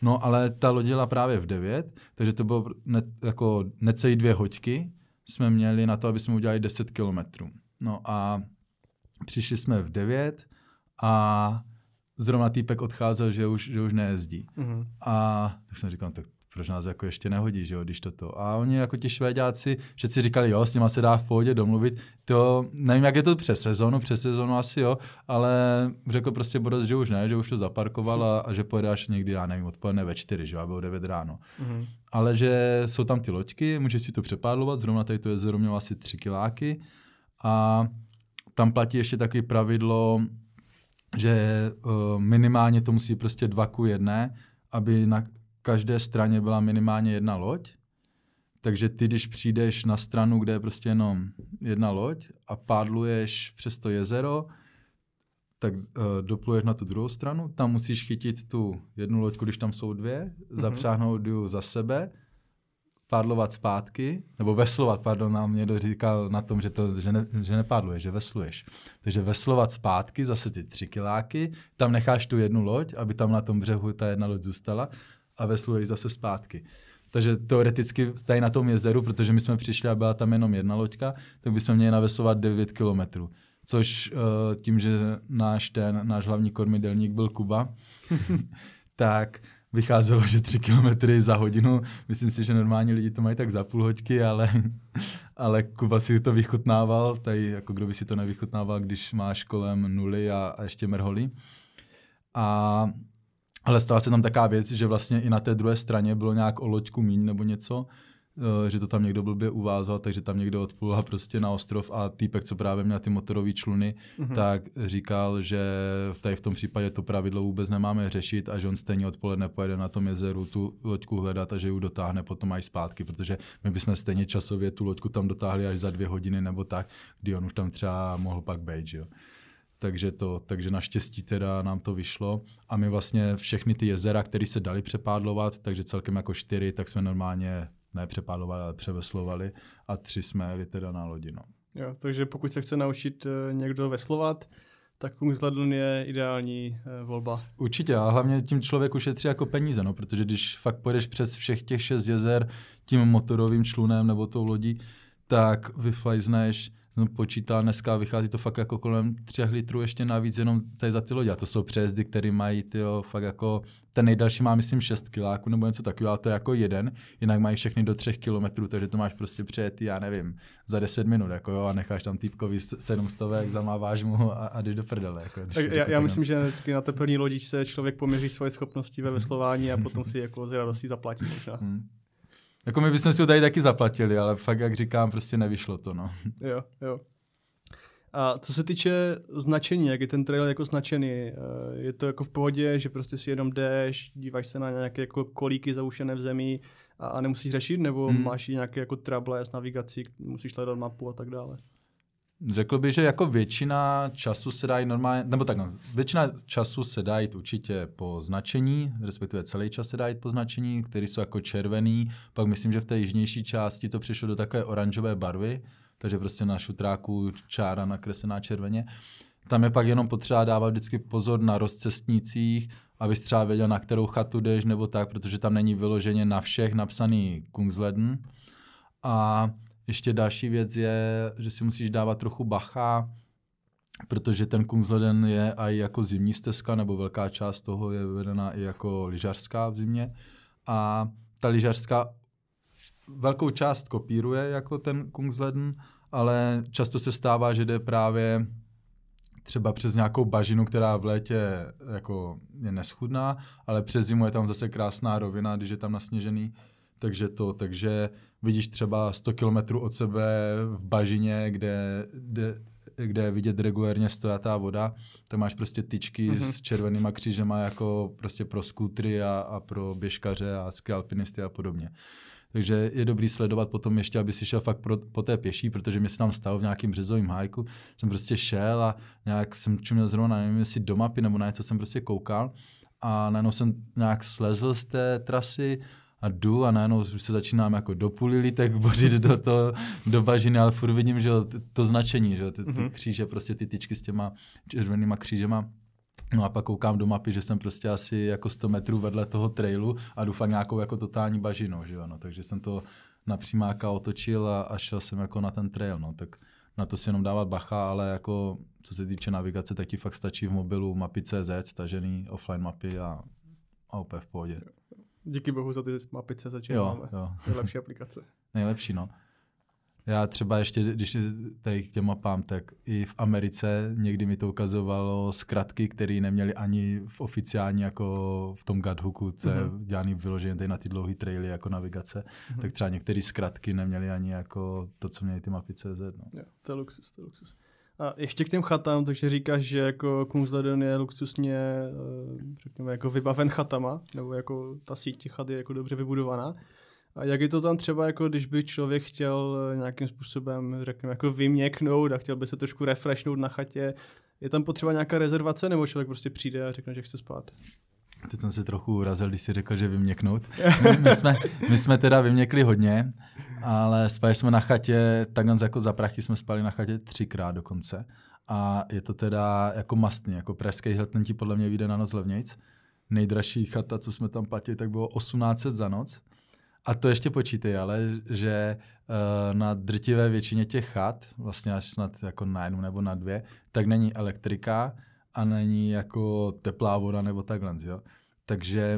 No ale ta loď jela právě v devět, takže to bylo ne, jako necelý dvě hoďky jsme měli na to, aby jsme udělali deset kilometrů. No a přišli jsme v devět a zrovna týpek odcházel, že už, že už nejezdí. Mm-hmm. A tak jsem říkal, tak proč nás jako ještě nehodí, že jo, když toto. A oni jako ti Švéďáci, všetci říkali, jo, s nima se dá v pohodě domluvit. To, nevím, jak je to přes sezónu, přes sezónu asi jo, ale řekl prostě Boros, že už ne, že už to zaparkoval a, a že pojede až někdy, já nevím, odpoledne ve čtyři, že jo, a bylo devět ráno. Mm-hmm. Ale že jsou tam ty loďky, můžeš si to přepádlovat, zrovna tady to jezero mělo asi tři kiláky a tam platí ještě takový pravidlo, že uh, minimálně to musí prostě dva ku jedné, aby na každé straně byla minimálně jedna loď. Takže ty, když přijdeš na stranu, kde je prostě jenom jedna loď a pádluješ přes to jezero, tak uh, dopluješ na tu druhou stranu, tam musíš chytit tu jednu loďku, když tam jsou dvě, mm-hmm. zapřáhnout ji za sebe, pádlovat zpátky, nebo veslovat, pardon, nám někdo říkal na tom, že, to, že, ne, že nepádluješ, že vesluješ. Takže veslovat zpátky, zase ty tři kiláky, tam necháš tu jednu loď, aby tam na tom břehu ta jedna loď zůstala a vesluješ zase zpátky. Takže teoreticky tady na tom jezeru, protože my jsme přišli a byla tam jenom jedna loďka, tak bychom měli naveslovat devět kilometrů. Což uh, tím, že náš ten, náš hlavní kormidelník byl Kuba, tak vycházelo, že tři kilometry za hodinu. Myslím si, že normální lidi to mají tak za půl hoďky, ale, ale Kuba si to vychutnával. Tady, jako kdo by si to nevychutnával, když máš kolem nuly a, a ještě merholí. A, ale stala se tam taková věc, že vlastně i na té druhé straně bylo nějak o loďku míň nebo něco, že to tam někdo blbě uvázal, takže tam někdo odplul prostě na ostrov a týpek, co právě měl ty motorové čluny, mm-hmm. tak říkal, že tady v tom případě to pravidlo vůbec nemáme řešit a že on stejně odpoledne pojede na tom jezeru tu loďku hledat a že ji dotáhne potom až zpátky, protože my bychom stejně časově tu loďku tam dotáhli až za dvě hodiny nebo tak, kdy on už tam třeba mohl pak být, že jo. Takže, to, takže naštěstí teda nám to vyšlo a my vlastně všechny ty jezera, které se dali přepádlovat, takže celkem jako čtyři, tak jsme normálně nepřepádlovali, ale převeslovali a tři jsme jeli teda na lodi. No. Jo, takže pokud se chce naučit uh, někdo veslovat, tak Kungsleden je ideální uh, volba. Určitě a hlavně tím člověk ušetří jako peníze, no, protože když fakt pojedeš přes všech těch šest jezer tím motorovým člunem nebo tou lodí, tak vyflajzneš, jsem počítal dneska, vychází to fakt jako kolem třech litrů ještě navíc jenom tady za ty lodi. A to jsou přejezdy, které mají tyjo, fakt jako, ten nejdelší má myslím šest kiláků nebo něco takového, ale to je jako jeden, jinak mají všechny do třech kilometrů, takže to máš prostě přejetý, já nevím, za deset minut, jako jo, a necháš tam týpkový sedm stovek, zamáváš mu a, a jdeš do prdele. Jako, tak já, já myslím, že vždycky na té první lodičce člověk poměří svoje schopnosti ve veslování a potom si jako z radostí zaplatí možná. Hmm. Jako my bychom si to tady taky zaplatili, ale fakt, jak říkám, prostě nevyšlo to, no. Jo, jo. A co se týče značení, jak je ten trail jako značený, je to jako v pohodě, že prostě si jenom jdeš, díváš se na nějaké jako kolíky zaušené v zemi a, a nemusíš řešit, nebo hmm. máš nějaké jako trouble s navigací, musíš hledat mapu a tak dále? Řekl bych, že jako většina času se dá jít normálně, nebo tak, většina času se dá jít určitě po značení, respektive celý čas se dá jít po značení, které jsou jako červený, pak myslím, že v té jižnější části to přišlo do takové oranžové barvy, takže prostě na šutráku čára nakreslená červeně. Tam je pak jenom potřeba dávat vždycky pozor na rozcestnících, abys třeba věděl, na kterou chatu jdeš nebo tak, protože tam není vyloženě na všech napsaný Kungsleden. A ještě další věc je, že si musíš dávat trochu bacha, protože ten Kungsleden je i jako zimní stezka, nebo velká část toho je vedená i jako lyžařská v zimě. A ta lyžařská velkou část kopíruje jako ten Kungsleden, ale často se stává, že jde právě třeba přes nějakou bažinu, která v létě jako je neschudná, ale přes zimu je tam zase krásná rovina, když je tam nasněžený. Takže to, takže vidíš třeba sto kilometrů od sebe v bažině, kde, kde, kde je vidět regulérně stojatá voda, tam máš prostě tyčky mm-hmm. s červenýma křížema jako prostě pro skútry a, a pro běžkaře a skialpinisty a podobně. Takže je dobrý sledovat potom ještě, aby si šel fakt pro, po té pěší, protože mi se tam stalo v nějakým březovým hájku, jsem prostě šel a nějak jsem čuměl zrovna, nevím, jestli do mapy nebo na něco jsem prostě koukal a najednou jsem nějak slezl z té trasy a jdu a najednou už se začínám jako do půli lítek bořit do, to, do bažiny, ale furt vidím, že to, to značení, že ty, ty kříže, prostě ty tyčky s těma červenýma křížema No a pak koukám do mapy, že jsem prostě asi jako sto metrů vedle toho trailu a jdu fakt nějakou jako totální bažinou, že jo, no. Takže jsem to na přímáka otočil a, a šel jsem jako na ten trail, no. Tak na to si jenom dávat bacha, ale jako co se týče navigace, tak ti fakt stačí v mobilu mapy tečka cé zet, stažený offline mapy a, a úplně v pohodě. Díky bohu za ty mapy tečka cé zet, že jo, máme. Jo. To je lepší aplikace. Nejlepší, no. Já třeba ještě, když tady k těm mapám, tak i v Americe někdy mi to ukazovalo zkratky, které neměly ani v oficiální, jako v tom guidehooku, co je mm-hmm. dělaný vyložený tady na ty dlouhé traily jako navigace, mm-hmm. tak třeba některé zkratky neměly ani jako to, co měly ty mapy tečka cé zet. No. Jo, to je luxus, to je luxus. A ještě k těm chatám, takže říkáš, že jako Kungsleden je luxusně, řekněme, jako vybaven chatama, nebo jako ta síť těch chat je jako dobře vybudovaná. A jak je to tam třeba, jako když by člověk chtěl nějakým způsobem, řekněme, jako vyměknout a chtěl by se trošku refreshnout na chatě, je tam potřeba nějaká rezervace, nebo člověk prostě přijde a řekne, že chce spát? Teď jsem se trochu urazil, když jsi řekl, že vyměknout. My, my, jsme, my jsme teda vyměkli hodně, ale spali jsme na chatě, takhle jako za prachy jsme spali na chatě třikrát dokonce. A je to teda jako mastný, jako pražský Hilton ti podle mě vyjde na noc levnějc. Nejdražší chata, co jsme tam platili, tak bylo osmnáct set za noc. A to ještě počítej, ale že uh, na drtivé většině těch chat, vlastně až snad jako na jednu nebo na dvě, tak není elektrika a není jako teplá voda nebo takhle, jo. Takže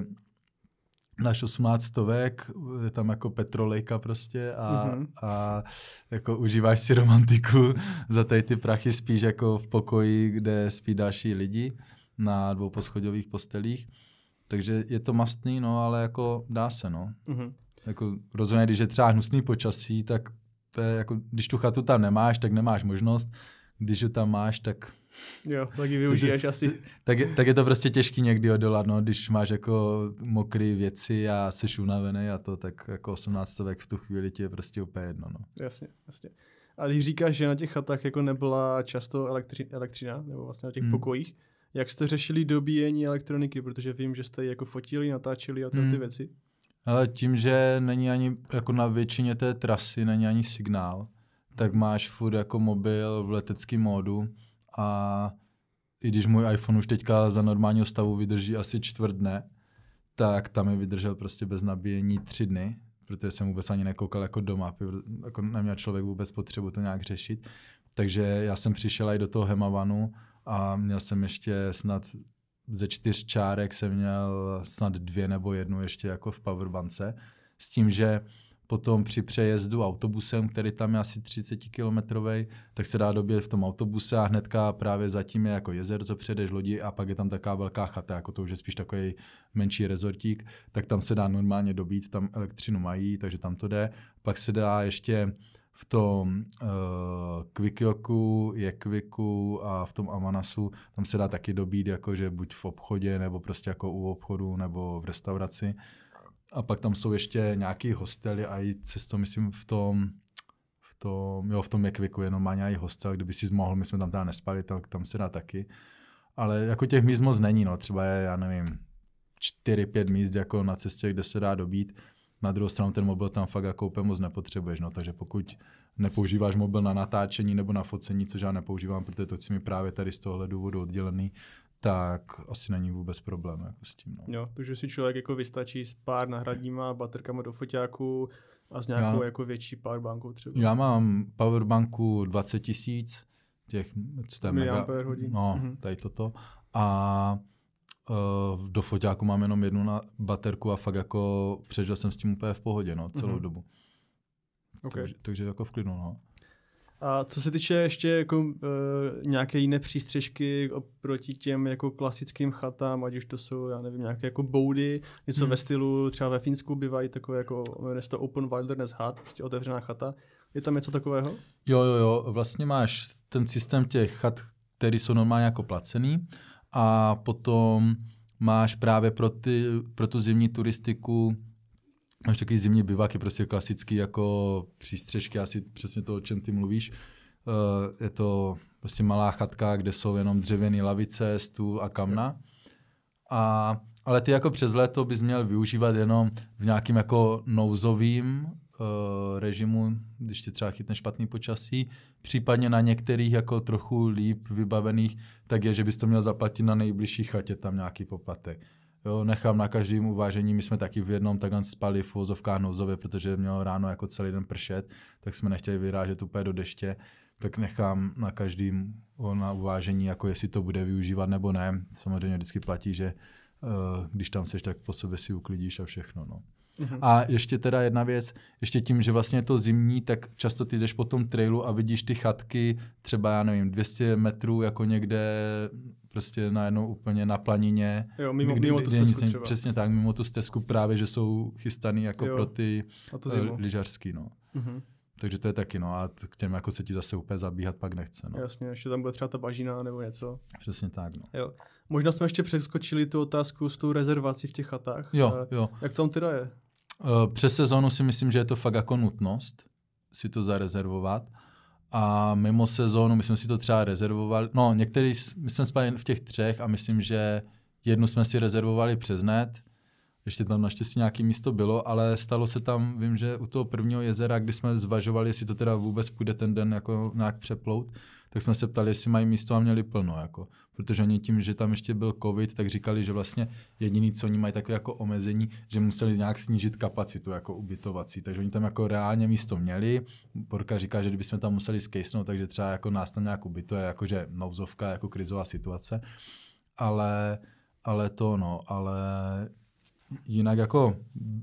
náš osmnáct stovek, je tam jako petrolejka prostě a, mm-hmm. a jako užíváš si romantiku, za tady ty prachy spíš jako v pokoji, kde spí další lidi na dvouposchodových postelích. Takže je to mastný, no, ale jako dá se, no. Mm-hmm. Jako rozhodně, když je třeba hnusný počasí, tak to je jako, když tu chatu tam nemáš, tak nemáš možnost. Když ji tam máš, tak... Jo, tak ji využiješ tak, asi. Tak, tak je to prostě těžký někdy odolat, no, když máš jako mokré věci a jsi unavený a to, tak jako osmnáctovek v tu chvíli ti je prostě úplně jedno, no. Jasně, jasně. A když říkáš, že na těch chatách jako nebyla často elektři- elektřina, nebo vlastně na těch hmm. pokojích, jak jste řešili dobíjení elektroniky, protože vím, že jste ji jako fotili, natáčeli a tyhle ty věci. Ale tím, že není ani jako na většině té trasy není ani signál, tak máš furt jako mobil v leteckém módu a i když můj iPhone už teďka za normálního stavu vydrží asi čtvrt dne, tak tam je vydržel prostě bez nabíjení tři dny, protože jsem vůbec ani nekoukal jako do mapy, jako neměl člověk vůbec potřebu to nějak řešit. Takže já jsem přišel i do toho Hemavanu a měl jsem ještě snad ze čtyř čárek jsem měl snad dvě nebo jednu ještě jako v powerbance. S tím, že potom při přejezdu autobusem, který tam je asi třicet kilometrovej, tak se dá dobět v tom autobuse a hnedka právě zatím je jako jezer, co přejdeš lodi a pak je tam taková velká chata, jako to už je spíš takový menší rezortík, tak tam se dá normálně dobít, tam elektřinu mají, takže tam to jde. Pak se dá ještě v tom uh, Quickyoku, Jekviku a v tom Amanasu, tam se dá taky dobít, jakože buď v obchodě, nebo prostě jako u obchodu, nebo v restauraci. A pak tam jsou ještě nějaký hostely a i cesto, myslím, v tom, v tom, jo, v tom Jekviku jenom má nějaký hostel, kdyby si mohl, my jsme tam teda nespali, tak tam se dá taky. Ale jako těch míst moc není, no, třeba je, já nevím, čtyři, pět míst jako na cestě, kde se dá dobít. Na druhou stranu ten mobil tam fakt jako úplně moc nepotřebuješ, no, takže pokud nepoužíváš mobil na natáčení nebo na focení, což já nepoužívám, protože to chci mi právě tady z tohohle důvodu oddělený, tak asi není vůbec problém jako s tím. No. Jo, takže si člověk jako vystačí s pár náhradníma baterkama do foťáku a s nějakou já, jako větší powerbankou třeba. Já mám powerbanku dvacet tisíc, těch, co to je mega, no, mhm. tady toto, a Uh, do foťáku mám jenom jednu na baterku a fakt jako přežil jsem s tím úplně v pohodě, no, celou mm-hmm. dobu. Okay. Takže, takže jako v klidu, no. A co se týče ještě jako uh, nějaké jiné přístřežky oproti těm jako klasickým chatám, ať už to jsou, já nevím, nějaké jako boudy, něco hmm. ve stylu, třeba ve Finsku bývají takové jako, jmenuje se to Open Wilderness Hut, prostě otevřená chata. Je tam něco takového? Jo, jo, jo, vlastně máš ten systém těch chat, který jsou normálně jako placený, a potom máš právě pro, ty, pro tu zimní turistiku, máš takový zimní bivaky, prostě klasický jako přístřežky, asi přesně to, o čem ty mluvíš. Uh, je to prostě malá chatka, kde jsou jenom dřevěné lavice, stůl a kamna. A, ale ty jako přes léto bys měl využívat jenom v nějakým jako nouzovým uh, režimu, když ti třeba chytne špatný počasí, případně na některých jako trochu líp vybavených, tak je, že bys to měl zaplatit na nejbližší chatě, tam nějaký poplatek. Jo, nechám na každém uvážení, my jsme taky v jednom takhle spali v uvozovkách nouzově, protože mělo ráno jako celý den pršet, tak jsme nechtěli vyrážet úplně do deště, tak nechám na každém na uvážení, jako jestli to bude využívat nebo ne. Samozřejmě vždycky platí, že uh, když tam seš, tak po sobě si uklidíš a všechno. No. Mm-hmm. A ještě teda jedna věc, ještě tím, že vlastně je to zimní, tak často ty jdeš po tom trailu a vidíš ty chatky třeba, já nevím, dvě stě metrů jako někde prostě najednou úplně na planině. Jo, mimo, kdy, mimo tu stezku nic, třeba. Přesně tak, mimo tu stezku právě, že jsou chystaný jako jo, pro ty uh, lyžařský, no. Mm-hmm. Takže to je taky, no, a k těm jako se ti zase úplně zabíhat pak nechce, no. Jasně, ještě tam bude třeba ta bažina nebo něco. Přesně tak, no. Jo. Možná jsme ještě přeskočili tu otázku s tou rezervací v těch chatách. Jo, jo. Jak tam teda je? Přes sezónu si myslím, že je to fakt jako nutnost si to zarezervovat. A mimo sezónu my jsme si to třeba rezervovali. No, některý, my jsme spali v těch třech a myslím, že jednu jsme si rezervovali přes net. Ještě tam naštěstí nějaké místo bylo, ale stalo se tam, vím, že u toho prvního jezera, kdy jsme zvažovali, jestli to teda vůbec půjde ten den jako nějak přeplout, tak jsme se ptali, jestli mají místo a měli plno. Jako. Protože oni tím, že tam ještě byl covid, tak říkali, že vlastně jediný, co oni mají takové jako omezení, že museli nějak snížit kapacitu jako ubytovací. Takže oni tam jako reálně místo měli. Borka říká, že kdybychom tam museli skejsnout, takže třeba jako nás tam nějak ubytuje, jakože nouzovka, jako krizová situace. Ale, ale to no, ale jinak jako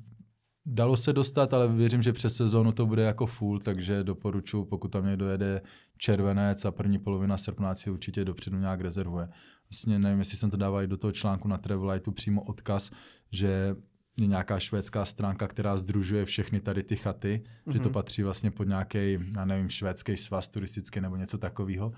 dalo se dostat, ale věřím, že přes sezónu to bude jako full, takže doporučuji, pokud tam někdo jede červenec a první polovina srpna, si určitě dopředu nějak rezervuje. Vlastně nevím, jestli jsem to dával i do toho článku na Travellightu přímo odkaz, že je nějaká švédská stránka, která sdružuje všechny tady ty chaty, mm-hmm. že to patří vlastně pod nějaký, já nevím, švédský svaz turistický nebo něco takového.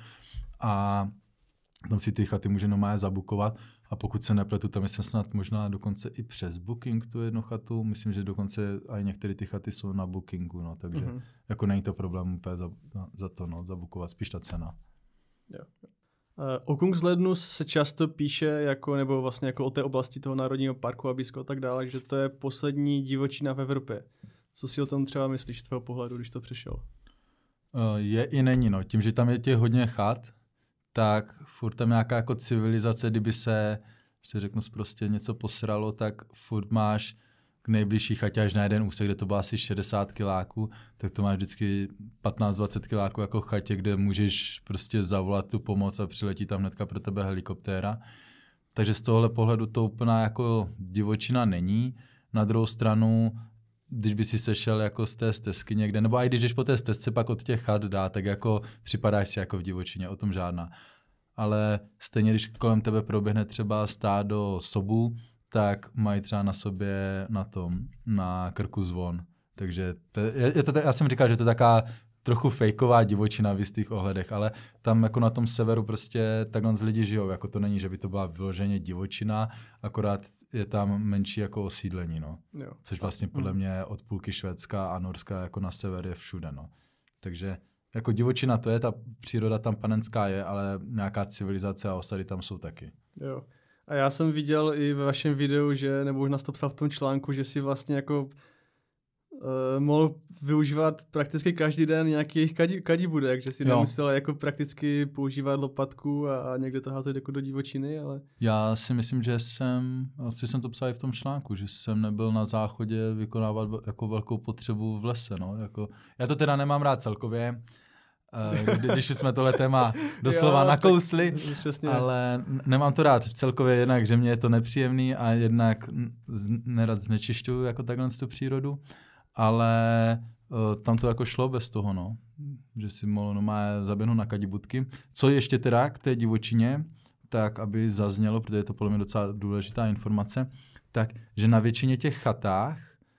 A tam si ty chaty může normálně zabukovat. A pokud se nepletu, tam jsem snad možná dokonce i přes Booking tu jednu chatu. Myslím, že dokonce i některé ty chaty jsou na Bookingu, no, takže mm-hmm. jako není to problém úplně za, za to, no, zabukovat, spíš ta cena. Jo. Uh, o Kungslednu se často píše, jako, nebo vlastně jako o té oblasti toho národního parku Abisko a tak dále, že to je poslední divočina v Evropě. Co si o tom třeba myslíš z tvého pohledu, když to přešel? Uh, je i není, no. Tím, že tam je těch hodně chat, tak furt tam nějaká jako civilizace, kdyby se, ještě řeknu prostě něco posralo, tak furt máš k nejbližší chatě až na jeden úsek, kde to bylo asi šedesát kiláků, tak to máš vždycky patnáct dvacet kiláků jako chatě, kde můžeš prostě zavolat tu pomoc a přiletí tam hnedka pro tebe helikoptéra. Takže z tohohle pohledu to úplná jako divočina není. Na druhou stranu, když by si sešel jako z té stezky někde, nebo i když jdeš po té stezce pak od těch chat dá, tak jako připadáš si jako v divočině, o tom žádná. Ale stejně, když kolem tebe proběhne třeba stádo sobů, tak mají třeba na sobě na tom, na krku zvon. Takže to je, je to, já jsem říkal, že to je taká trochu fejková divočina v jistých ohledech, ale tam jako na tom severu prostě takhle z lidi žijou, jako to není, že by to byla vyloženě divočina, akorát je tam menší jako osídlení, no. Jo. Což vlastně podle mě od půlky Švédska a Norska jako na sever je všude, no. Takže jako divočina to je, ta příroda tam panenská je, ale nějaká civilizace a osady tam jsou taky. Jo. A já jsem viděl i ve vašem videu, že, nebo už nás to psal v tom článku, že si vlastně jako Uh, mohl využívat prakticky každý den nějaký jejich kadí, kadí budek, že si nemusel jako prakticky používat lopatku a, a někde to házet jako do divočiny, ale... Já si myslím, že jsem, asi jsem to psal i v tom článku, že jsem nebyl na záchodě vykonávat jako velkou potřebu v lese, no, jako... Já to teda nemám rád celkově, uh, když jsme tohle téma doslova jo, nakousli, tak, ale nemám to rád celkově jednak, že mě je to nepříjemný a jednak nerad znečišťuju jako takhle tu přírodu. Ale uh, tam to jako šlo bez toho, no. Že si mohl normálně zaběhnout na kadibudky. Co ještě teda k té divočině, tak aby zaznělo, protože je to podle mě docela důležitá informace, tak, že na většině těch chatách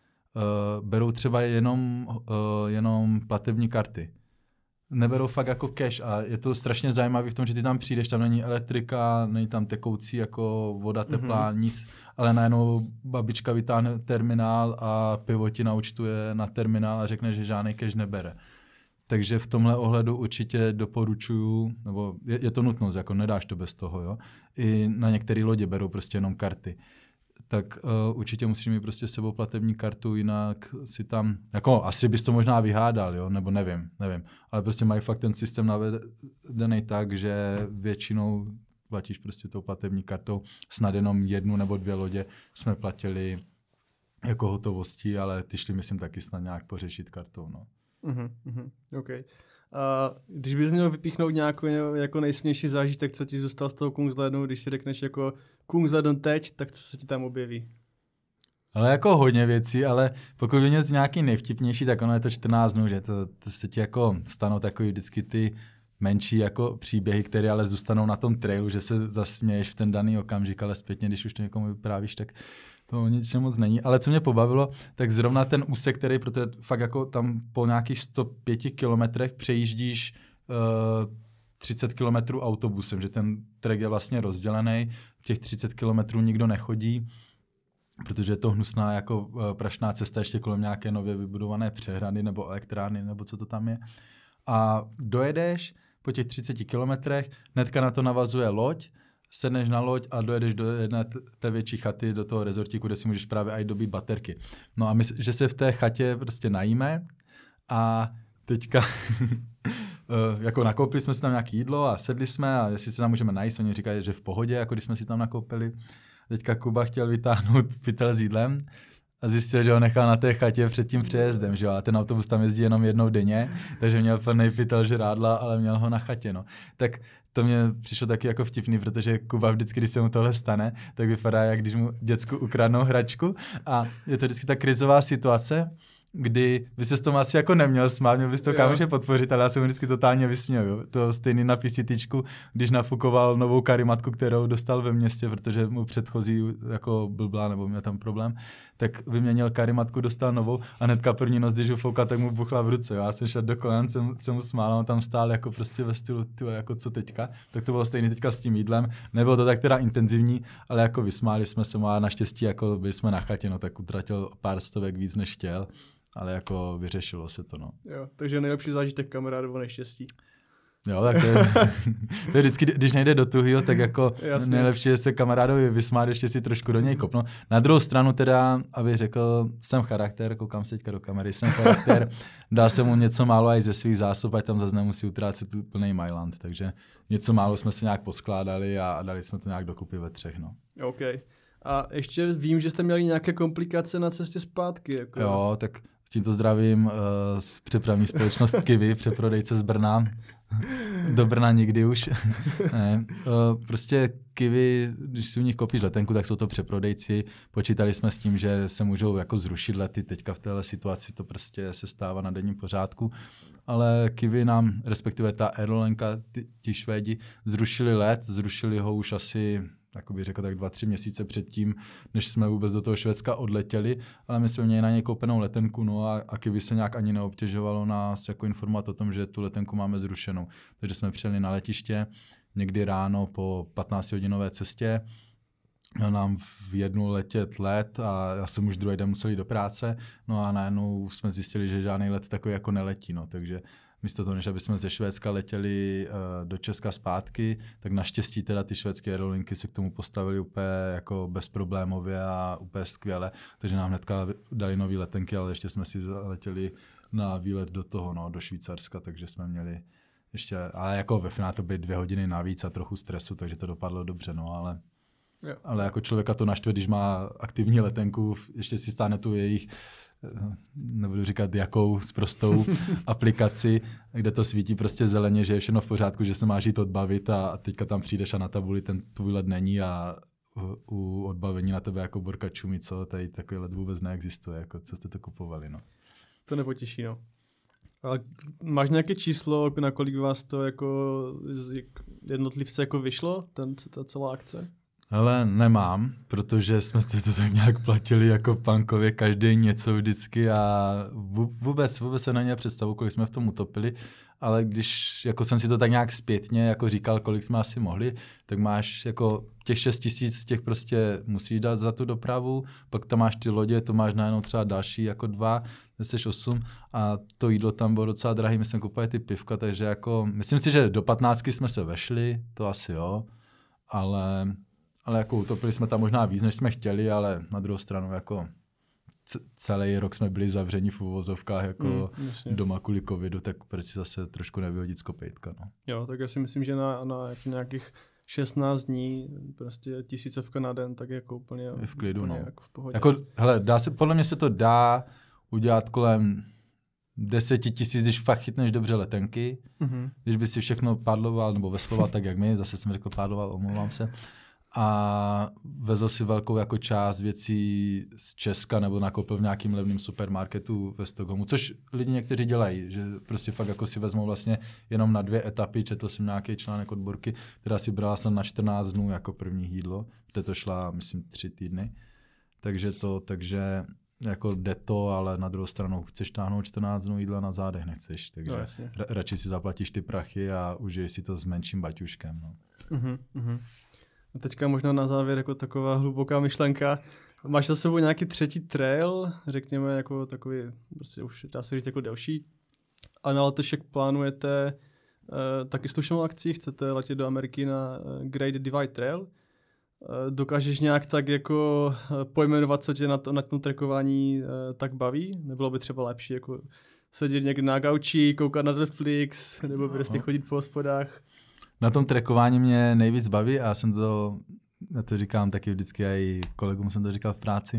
uh, berou třeba jenom, uh, jenom platební karty. Neberou fakt jako cash a je to strašně zajímavé v tom, že ty tam přijdeš, tam není elektrika, není tam tekoucí jako voda teplá, mm-hmm. nic, ale najednou babička vytáhne terminál a pivo ti naúčtuje na terminál a řekne, že žádný cash nebere. Takže v tomhle ohledu určitě doporučuju, nebo je, je to nutnost, jako nedáš to bez toho, jo. I na některé lodě berou prostě jenom karty. tak uh, určitě musíš mít prostě s sebou platební kartu, jinak si tam, jako asi bys to možná vyhádal, jo, nebo nevím, nevím, ale prostě mají fakt ten systém navedený tak, že většinou platíš prostě tou platební kartou, snad jenom jednu nebo dvě lodě jsme platili jako hotovostí, ale ty šli, myslím, taky snad nějak pořešit kartou, no. Mhm, mhm, OK. A když bys měl vypíchnout nějakou jako nejsilnější zážitek, co ti zůstal z toho Kungsleden, když si řekneš jako Kungsleden teď, tak co se ti tam objeví? Ale jako hodně věcí, ale pokud by něco nějaký nejvtipnější, tak ono je to čtrnáct dnů, že to, to se ti jako stanou takový vždycky ty menší jako příběhy, které ale zůstanou na tom trailu, že se zasměješ v ten daný okamžik, ale zpětně, když už to někomu vyprávíš, tak to ničem moc není. Ale co mě pobavilo, tak zrovna ten úsek, který, protože fakt jako tam po nějakých sto pěti kilometrech přejíždíš uh, třicet kilometrů autobusem, že ten trek je vlastně rozdělený, těch třicet kilometrů nikdo nechodí, protože je to hnusná jako uh, prašná cesta ještě kolem nějaké nově vybudované přehrady nebo elektrárny, nebo co to tam je. A dojedeš po těch třiceti kilometrech, hnedka na to navazuje loď, sedneš na loď a dojedeš do jedné té větší chaty, do toho rezortíku, kde si můžeš právě i dobít baterky. No a my, že se v té chatě prostě najíme a teďka jako nakoupili jsme si tam nějaké jídlo a sedli jsme a jestli se tam můžeme najíst, oni říkají, že v pohodě, jako když jsme si tam nakoupili. Teďka Kuba chtěl vytáhnout pytel s jídlem a zjistil, že ho nechal na té chatě před tím přejezdem, že jo? A ten autobus tam jezdí jenom jednou denně, takže měl plný pytel žrádla, ale měl ho na chatě, no. Tak to mě přišlo taky jako vtipný, protože Kuba vždycky, když se mu tohle stane, tak vypadá, jak když mu děcku ukradnou hračku a je to vždycky ta krizová situace, kdy vy se s tomu asi jako neměl smát, měl bys to kámoše podpořit, ale já jsem mu vždycky totálně vysměl. Jo. To stejný na PCTčku, když nafukoval novou karimatku, kterou dostal ve městě, protože mu předchozí jako blblá nebo měl tam problém, tak vyměnil karimatku, dostal novou a hnedka první noc, když ho foukal, tak mu buchla v ruce. Jo. Já jsem šel do kolen, jsem, jsem mu smál, on tam stál jako prostě ve stylu, tyjo, jako co teďka. Tak to bylo stejný teďka s tím jídlem. Nebylo to tak teda intenzivní, ale jako vysmáli jsme se mu a naštěstí jako byli jsme na chatě, no, tak utratil pár stovek víc, než chtěl. Ale jako vyřešilo se to, no. Jo, takže nejlepší zážitek kamarádovo neštěstí. Jo, tak to je, to je vždycky, když nejde do tuhýho, tak jako jasně. Nejlepší je se kamarádovi vysmát, ještě si trošku do něj kopnout. Na druhou stranu teda, abych řekl, jsem charakter, koukám se teďka do kamery, jsem charakter, dá se mu něco málo i ze svých zásob, ať tam zase nemusí utrácet tu plný Mailand, takže něco málo jsme se nějak poskládali a, a dali jsme to nějak dokupy ve třech, no. OK. A ještě vím, že jste měli nějaké komplikace na cestě zpátky. Jako... Jo, tak tímto zdravím uh, z přepravní společnost Kiwi, přeprodejce z Brna. Do Brna nikdy už. ne. Uh, prostě Kiwi, když si u nich koupíš letenku, tak jsou to přeprodejci. Počítali jsme s tím, že se můžou jako zrušit lety. Teďka v téhle situaci to prostě se stává na denním pořádku. Ale Kiwi nám, respektive ta aerolenka, ty, ti Švédi, zrušili let, zrušili ho už asi... tak bych řekl tak dva, tři měsíce předtím, než jsme vůbec do toho Švédska odletěli, ale my jsme měli na něj koupenou letenku, no a, a Kiwi se nějak ani neobtěžovalo nás jako informovat o tom, že tu letenku máme zrušenou. Takže jsme přijeli na letiště někdy ráno po patnáctihodinové cestě, měl nám v jednu letět let a já jsem už druhý den musel jít do práce, no a najednou jsme zjistili, že žádný let takový jako neletí, no, takže místo toho, než aby jsme ze Švédska letěli uh, do Česka zpátky, tak naštěstí teda ty švédské aerolinky se k tomu postavily úplně jako bezproblémově a úplně skvěle, takže nám hnedka dali nový letenky, ale ještě jsme si letěli na výlet do toho, no, do Švýcarska, takže jsme měli ještě, ale jako ve finále to byly dvě hodiny navíc a trochu stresu, takže to dopadlo dobře, no, ale jo. Ale jako člověka to naštve, když má aktivní letenku, ještě si stáne tu jejich, nebudu říkat jakou, sprostou aplikaci, kde to svítí prostě zeleně, že je všechno v pořádku, že se máš jít odbavit a teďka tam přijdeš a na tabuli ten tvůj let není a u odbavení na tebe jako borka čumí, co, tady takový let vůbec neexistuje, jako co jste to kupovali, no. To nepotěší, no. Ale máš nějaké číslo, na kolik vás to jako jednotlivce jako vyšlo, ten, ta celá akce? Ale nemám, protože jsme si to tak nějak platili jako punkově, každý něco vždycky a vůbec, vůbec se na ně představu, kolik jsme v tom utopili, ale když jako jsem si to tak nějak zpětně jako říkal, kolik jsme asi mohli, tak máš jako těch šest tisíc, těch prostě musíš dát za tu dopravu, pak tam máš ty lodě, to máš najednou třeba další jako dva, jsi osm a to jídlo tam bylo docela drahý, my jsme kupovali ty pivka, takže jako myslím si, že do patnáctky jsme se vešli, to asi jo, ale... ale jako utopili jsme tam možná víc, než jsme chtěli, ale na druhou stranu jako c- celý rok jsme byli zavřeni v uvozovkách jako mm, doma kvůli covidu, tak proč si zase trošku nevyhodit z kopejtka. No. Jo, tak já si myslím, že na, na nějakých šestnáct dní, prostě tisícovka na den, tak jako úplně je v klidu, úplně no. Jako v pohodě. Jako, hele, dá se, podle mě se to dá udělat kolem deseti tisíc, když fakt chytneš dobře letenky, mm-hmm. když by si všechno pádloval nebo vesloval tak, jak my, zase jsem řekl pádloval, omlouvám se, a vezl si velkou jako část věcí z Česka nebo nakoupil v nějakým levným supermarketu ve Stockholmu, což lidi někteří dělají, že prostě fakt jako si vezmou vlastně jenom na dvě etapy, četl jsem nějaký článek od Borky, která si brala jsem na čtrnáct dnů jako první jídlo, protože to šla, myslím, tři týdny, takže to, takže jako jde to, ale na druhou stranu chceš táhnout čtrnáct dnů jídla na zádech, nechceš, takže no, ra- radši si zaplatíš ty prachy a užiješ si to s menším baťuškem. No. Uh-huh, uh-huh. A teďka možná na závěr jako taková hluboká myšlenka. Máš za sebou nějaký třetí trail, řekněme jako takový, prostě už dá se říct jako delší. A na letošek plánujete uh, taky slušnou akci, chcete letět do Ameriky na uh, Great Divide Trail. Uh, dokážeš nějak tak jako uh, pojmenovat, co tě na, to, na tom trackování uh, tak baví? Nebylo by třeba lepší jako sedět někde na gauči, koukat na Netflix, nebo prostě chodit po hospodách? Na tom trackování mě nejvíc baví a jsem to, já to říkám taky vždycky, a i kolegům jsem to říkal v práci,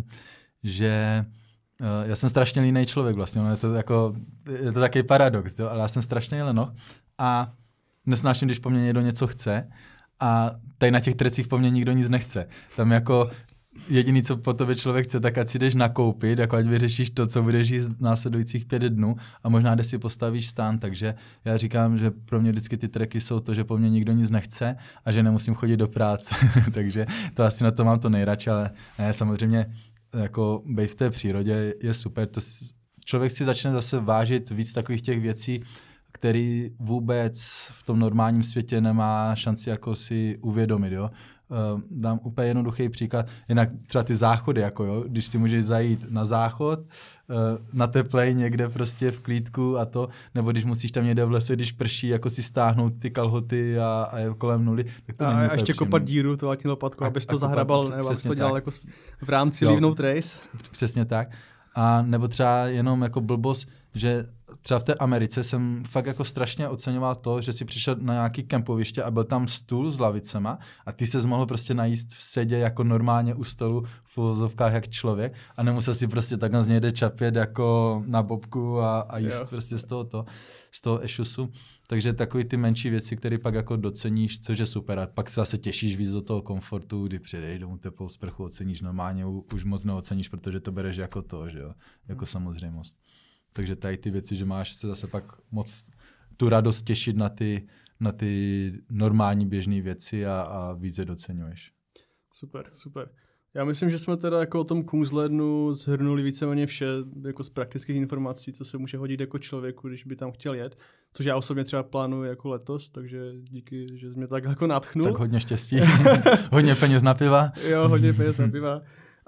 že uh, já jsem strašně línej člověk vlastně, no je to jako, je to takový paradox, jo? Ale já jsem strašně lenoch a nesnáším, když po mně někdo něco chce a tady na těch trecích po mně nikdo nic nechce. Tam jako jediný, co po tobě člověk chce, tak ať si jdeš nakoupit, jako ať vyřešíš to, co budeš jíst následujících pět dnů a možná kde si postavíš stán, takže já říkám, že pro mě vždycky ty treky jsou to, že po mně nikdo nic nechce a že nemusím chodit do práce, takže to asi na to mám to nejradši, ale ne, samozřejmě jako být v té přírodě je super, to člověk si začne zase vážit víc takových těch věcí, který vůbec v tom normálním světě nemá šanci jako si uvědomit, jo. Uh, dám úplně jednoduchý příklad, jinak třeba ty záchody, jako jo, když si můžeš zajít na záchod, uh, na teplej někde prostě v klídku a to, nebo když musíš tam někde v lese, když prší, jako si stáhnout ty kalhoty a, a je kolem nuly, tak to a, není a ještě příjemný. kopat díru, to letní lopatku, abys to zahrabal, nebo abys to dělal tak. jako v rámci Leave No Trace. Přesně tak. A nebo třeba jenom jako blbost, že třeba v té Americe jsem fakt jako strašně oceňoval to, že si přišel na nějaký kempoviště a byl tam stůl s lavicema a ty ses mohl prostě najíst v sedě jako normálně u stolu v uvozovkách jak člověk a nemusel si prostě takhle z někde čapět jako na bobku a, a jíst jo. prostě z toho, to, z toho ešusu. Takže takový ty menší věci, které pak jako doceníš, což je super. A pak se zase těšíš víc do toho komfortu, kdy přijdeš domů teplou sprchu, oceníš normálně, už moc neoceníš, protože to bereš jako to, že jo, jako hmm. samozřejmost. Takže tady ty věci, že máš se zase pak moc tu radost těšit na ty, na ty normální běžné věci a, a víc je doceňuješ. Super, super. Já myslím, že jsme teda jako o tom Kungsleden shrnuli víceméně vše jako z praktických informací, co se může hodit jako člověku, když by tam chtěl jet. Což já osobně třeba plánuju jako letos, takže díky, že jsi mě tak jako nadchnul. Tak hodně štěstí. Hodně peněz na piva. Jo, hodně peněz na piva.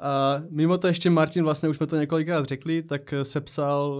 A mimo to ještě Martin, vlastně už jsme to několikrát řekli, tak sepsal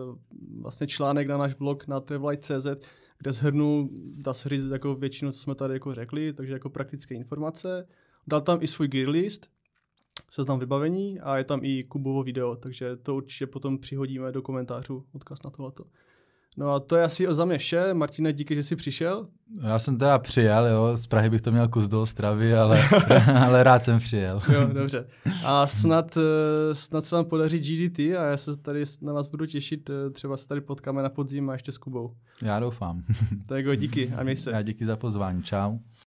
uh, vlastně článek na náš blog na travelite tečka cé zet, kde shrnul, dá se říct, jako většinu, co jsme tady jako řekli, takže jako praktické informace. Dal tam i svůj gear list, seznam vybavení a je tam i Kubovo video, takže to určitě potom přihodíme do komentářů, odkaz na tohleto. No a to je asi za mě vše. Martine, díky, že jsi přišel. Já jsem teda přijel, jo, z Prahy bych to měl kus do Ostravy, ale, ale rád jsem přijel. Jo, dobře. A snad, snad se vám podaří G D T a já se tady na vás budu těšit, třeba se tady potkáme na podzim a ještě s Kubou. Já doufám. Tak jo, díky a měj se. Já díky za pozvání, čau.